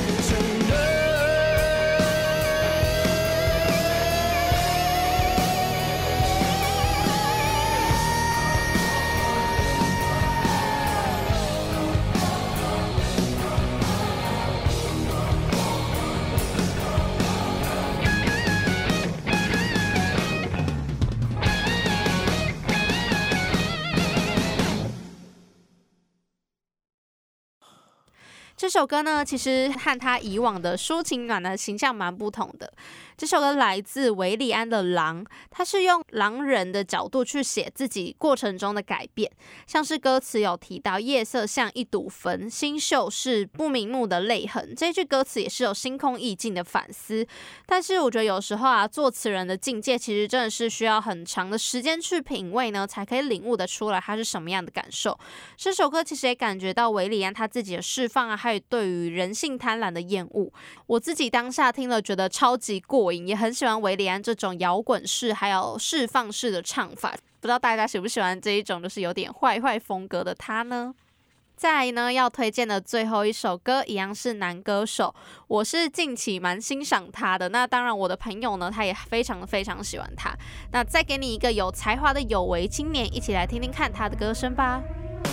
这首歌呢，其实和他以往的抒情暖的形象蛮不同的。这首歌来自韦礼安的《狼》，他是用狼人的角度去写自己过程中的改变，像是歌词有提到夜色像一堵坟，星宿是不瞑目的泪痕，这句歌词也是有星空意境的反思。但是我觉得有时候啊，作词人的境界其实真的是需要很长的时间去品味呢，才可以领悟得出来他是什么样的感受。这首歌其实也感觉到韦礼安他自己的释放啊，还有对于人性贪婪的厌恶。我自己当下听了觉得超级过瘾，也很喜欢韦礼安这种摇滚式还有释放式的唱法。不知道大家喜不喜欢这一种就是有点坏坏风格的他呢？ 再来呢，要推荐的最后一首歌一样是男歌手，我是近期蛮欣赏他的。那当然，我的朋友呢，他也非常非常喜欢他。那再给你一个有才华的有为青年，一起来听听看他的歌声吧。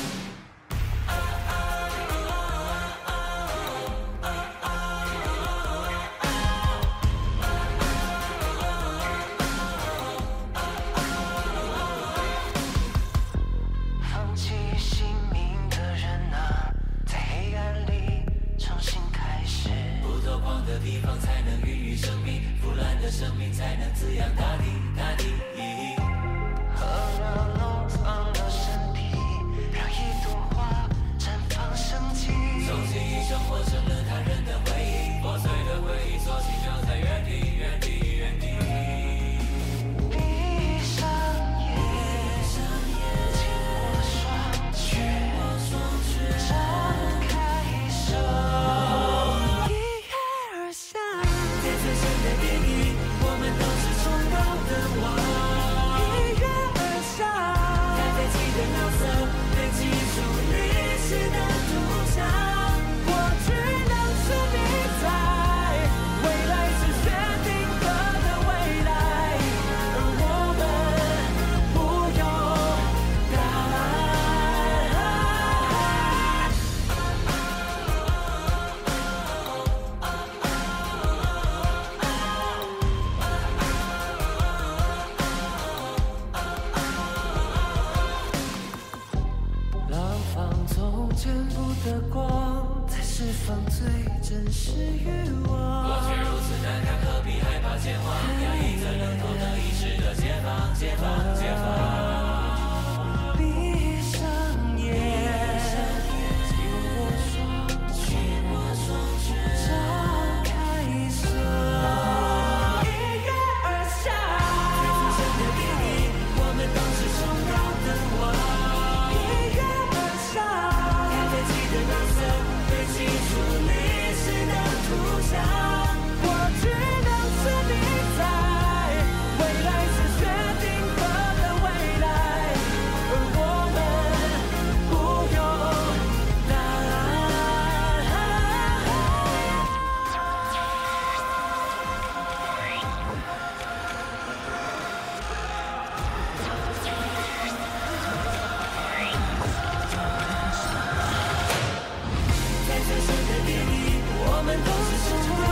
地方才能孕育生命，腐烂的生命才能滋养大地，大地。喝了弄脏了身体，让一朵花绽放生机。从记忆中活成了他人的回忆，破碎的回忆，索性就在原地，原地，原地。闭上眼，紧握双拳，张开手。真实欲望，过去如此难看，何必害怕前往？压抑着冷透的意识的解放，解放，解放。闭上眼，紧握双拳，张开手，一跃而下。最出生的秘密，我们都是崇高的王。一跃而下，咖啡机的蓝色被记住你。过去能是你在，未来是决定好的未来，而我们不用答在最深的地里，我们都是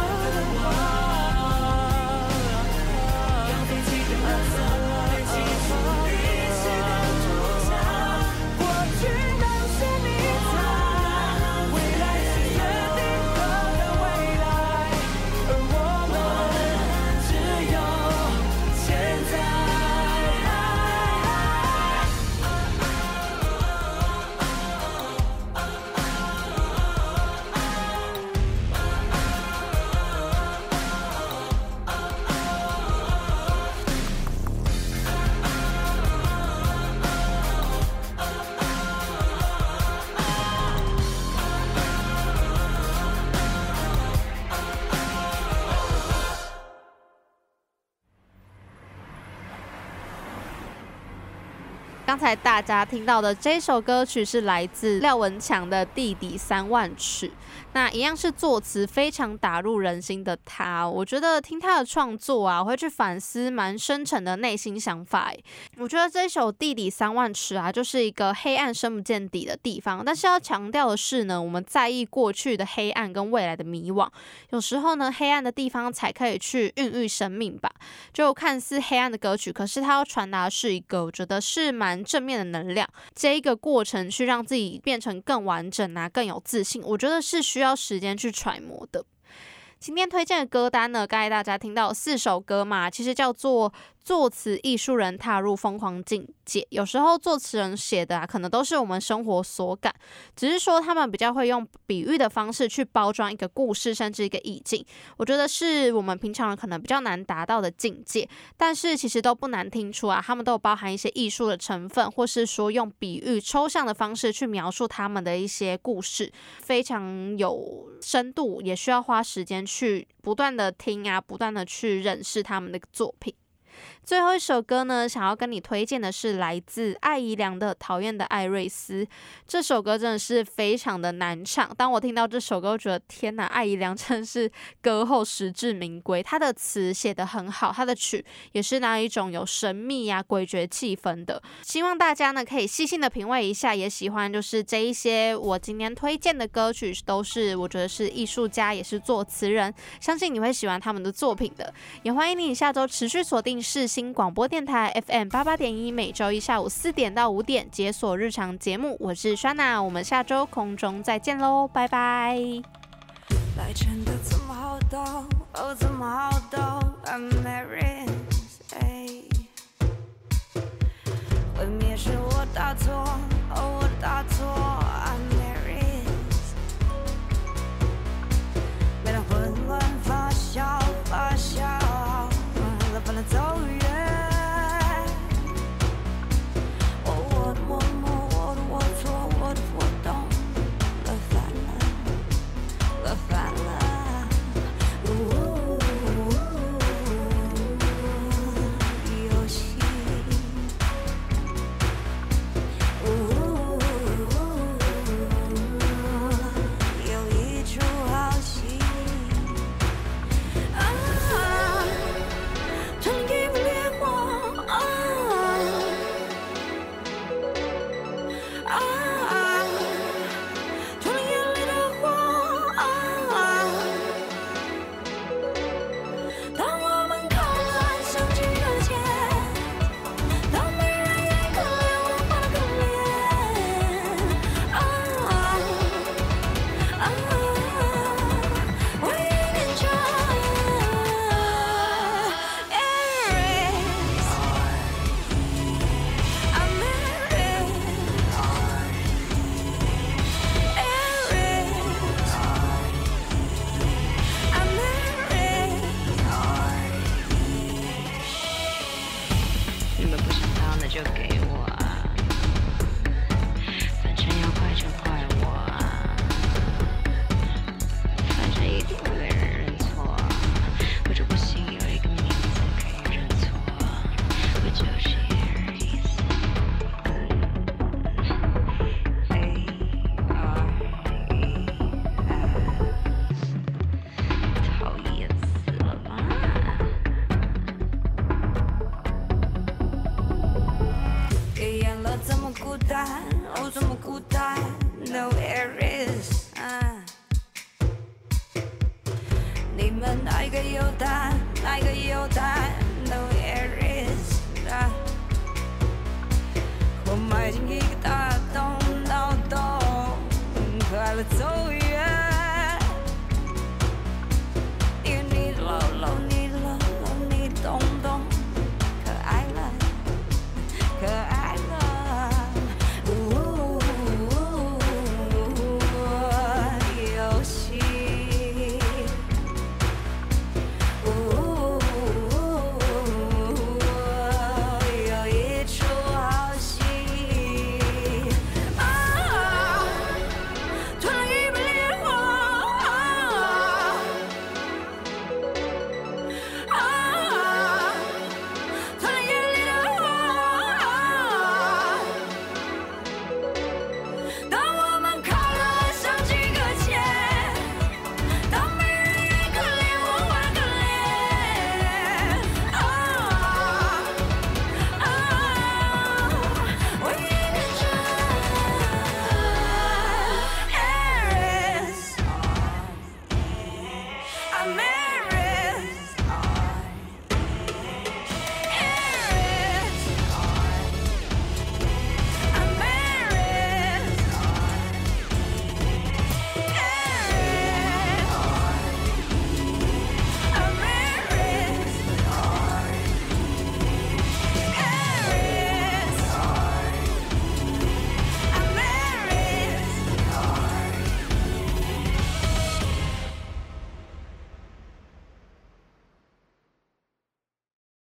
刚才大家听到的这首歌曲是来自廖文强的《地底三万尺》，那一样是作词非常打入人心的他。我觉得听他的创作啊，我会去反思蛮深沉的内心想法。我觉得这首《地底三万尺》啊，就是一个黑暗深不见底的地方，但是要强调的是呢，我们在意过去的黑暗跟未来的迷惘，有时候呢，黑暗的地方才可以去孕育生命吧。就看似黑暗的歌曲，可是它要传达的是一个我觉得是蛮正面的能量，这一个过程去让自己变成更完整啊，更有自信，我觉得是需要时间去揣摩的。今天推荐的歌单呢，刚才大家听到四首歌嘛，其实叫做作词艺术人踏入疯狂境界。有时候作词人写的啊，可能都是我们生活所感，只是说他们比较会用比喻的方式去包装一个故事，甚至一个意境。我觉得是我们平常人可能比较难达到的境界，但是其实都不难听出啊，他们都有包含一些艺术的成分，或是说用比喻抽象的方式去描述他们的一些故事，非常有深度，也需要花时间去不断的听啊，不断的去认识他们的作品。 最后一首歌呢，想要跟你推荐的是来自艾怡良的《讨厌的艾瑞斯》。这首歌真的是非常的难唱，当我听到这首歌，我觉得天哪，艾怡良真的是歌后实至名归。他的词写得很好，他的曲也是那一种有神秘啊、诡谲气氛的。希望大家呢可以细心的品味一下，也喜欢就是这一些我今天推荐的歌曲，都是我觉得是艺术家，也是作词人，相信你会喜欢他们的作品的。也欢迎你下周持续锁定世新广播电台 F M 八八点一，每周一下午四点到五点解锁日常节目，我是酸娜，我们下周空中再见喽，拜拜。 来真的这么好懂，哦，这么好懂 ，American， 毁灭是我大错，哦，我大错 ，American， 每当混乱发酵，发酵，乐翻了走远。No Aries， 啊，你们哪一个有胆？哪一个有胆 ？No Aries， 啊，我迈进。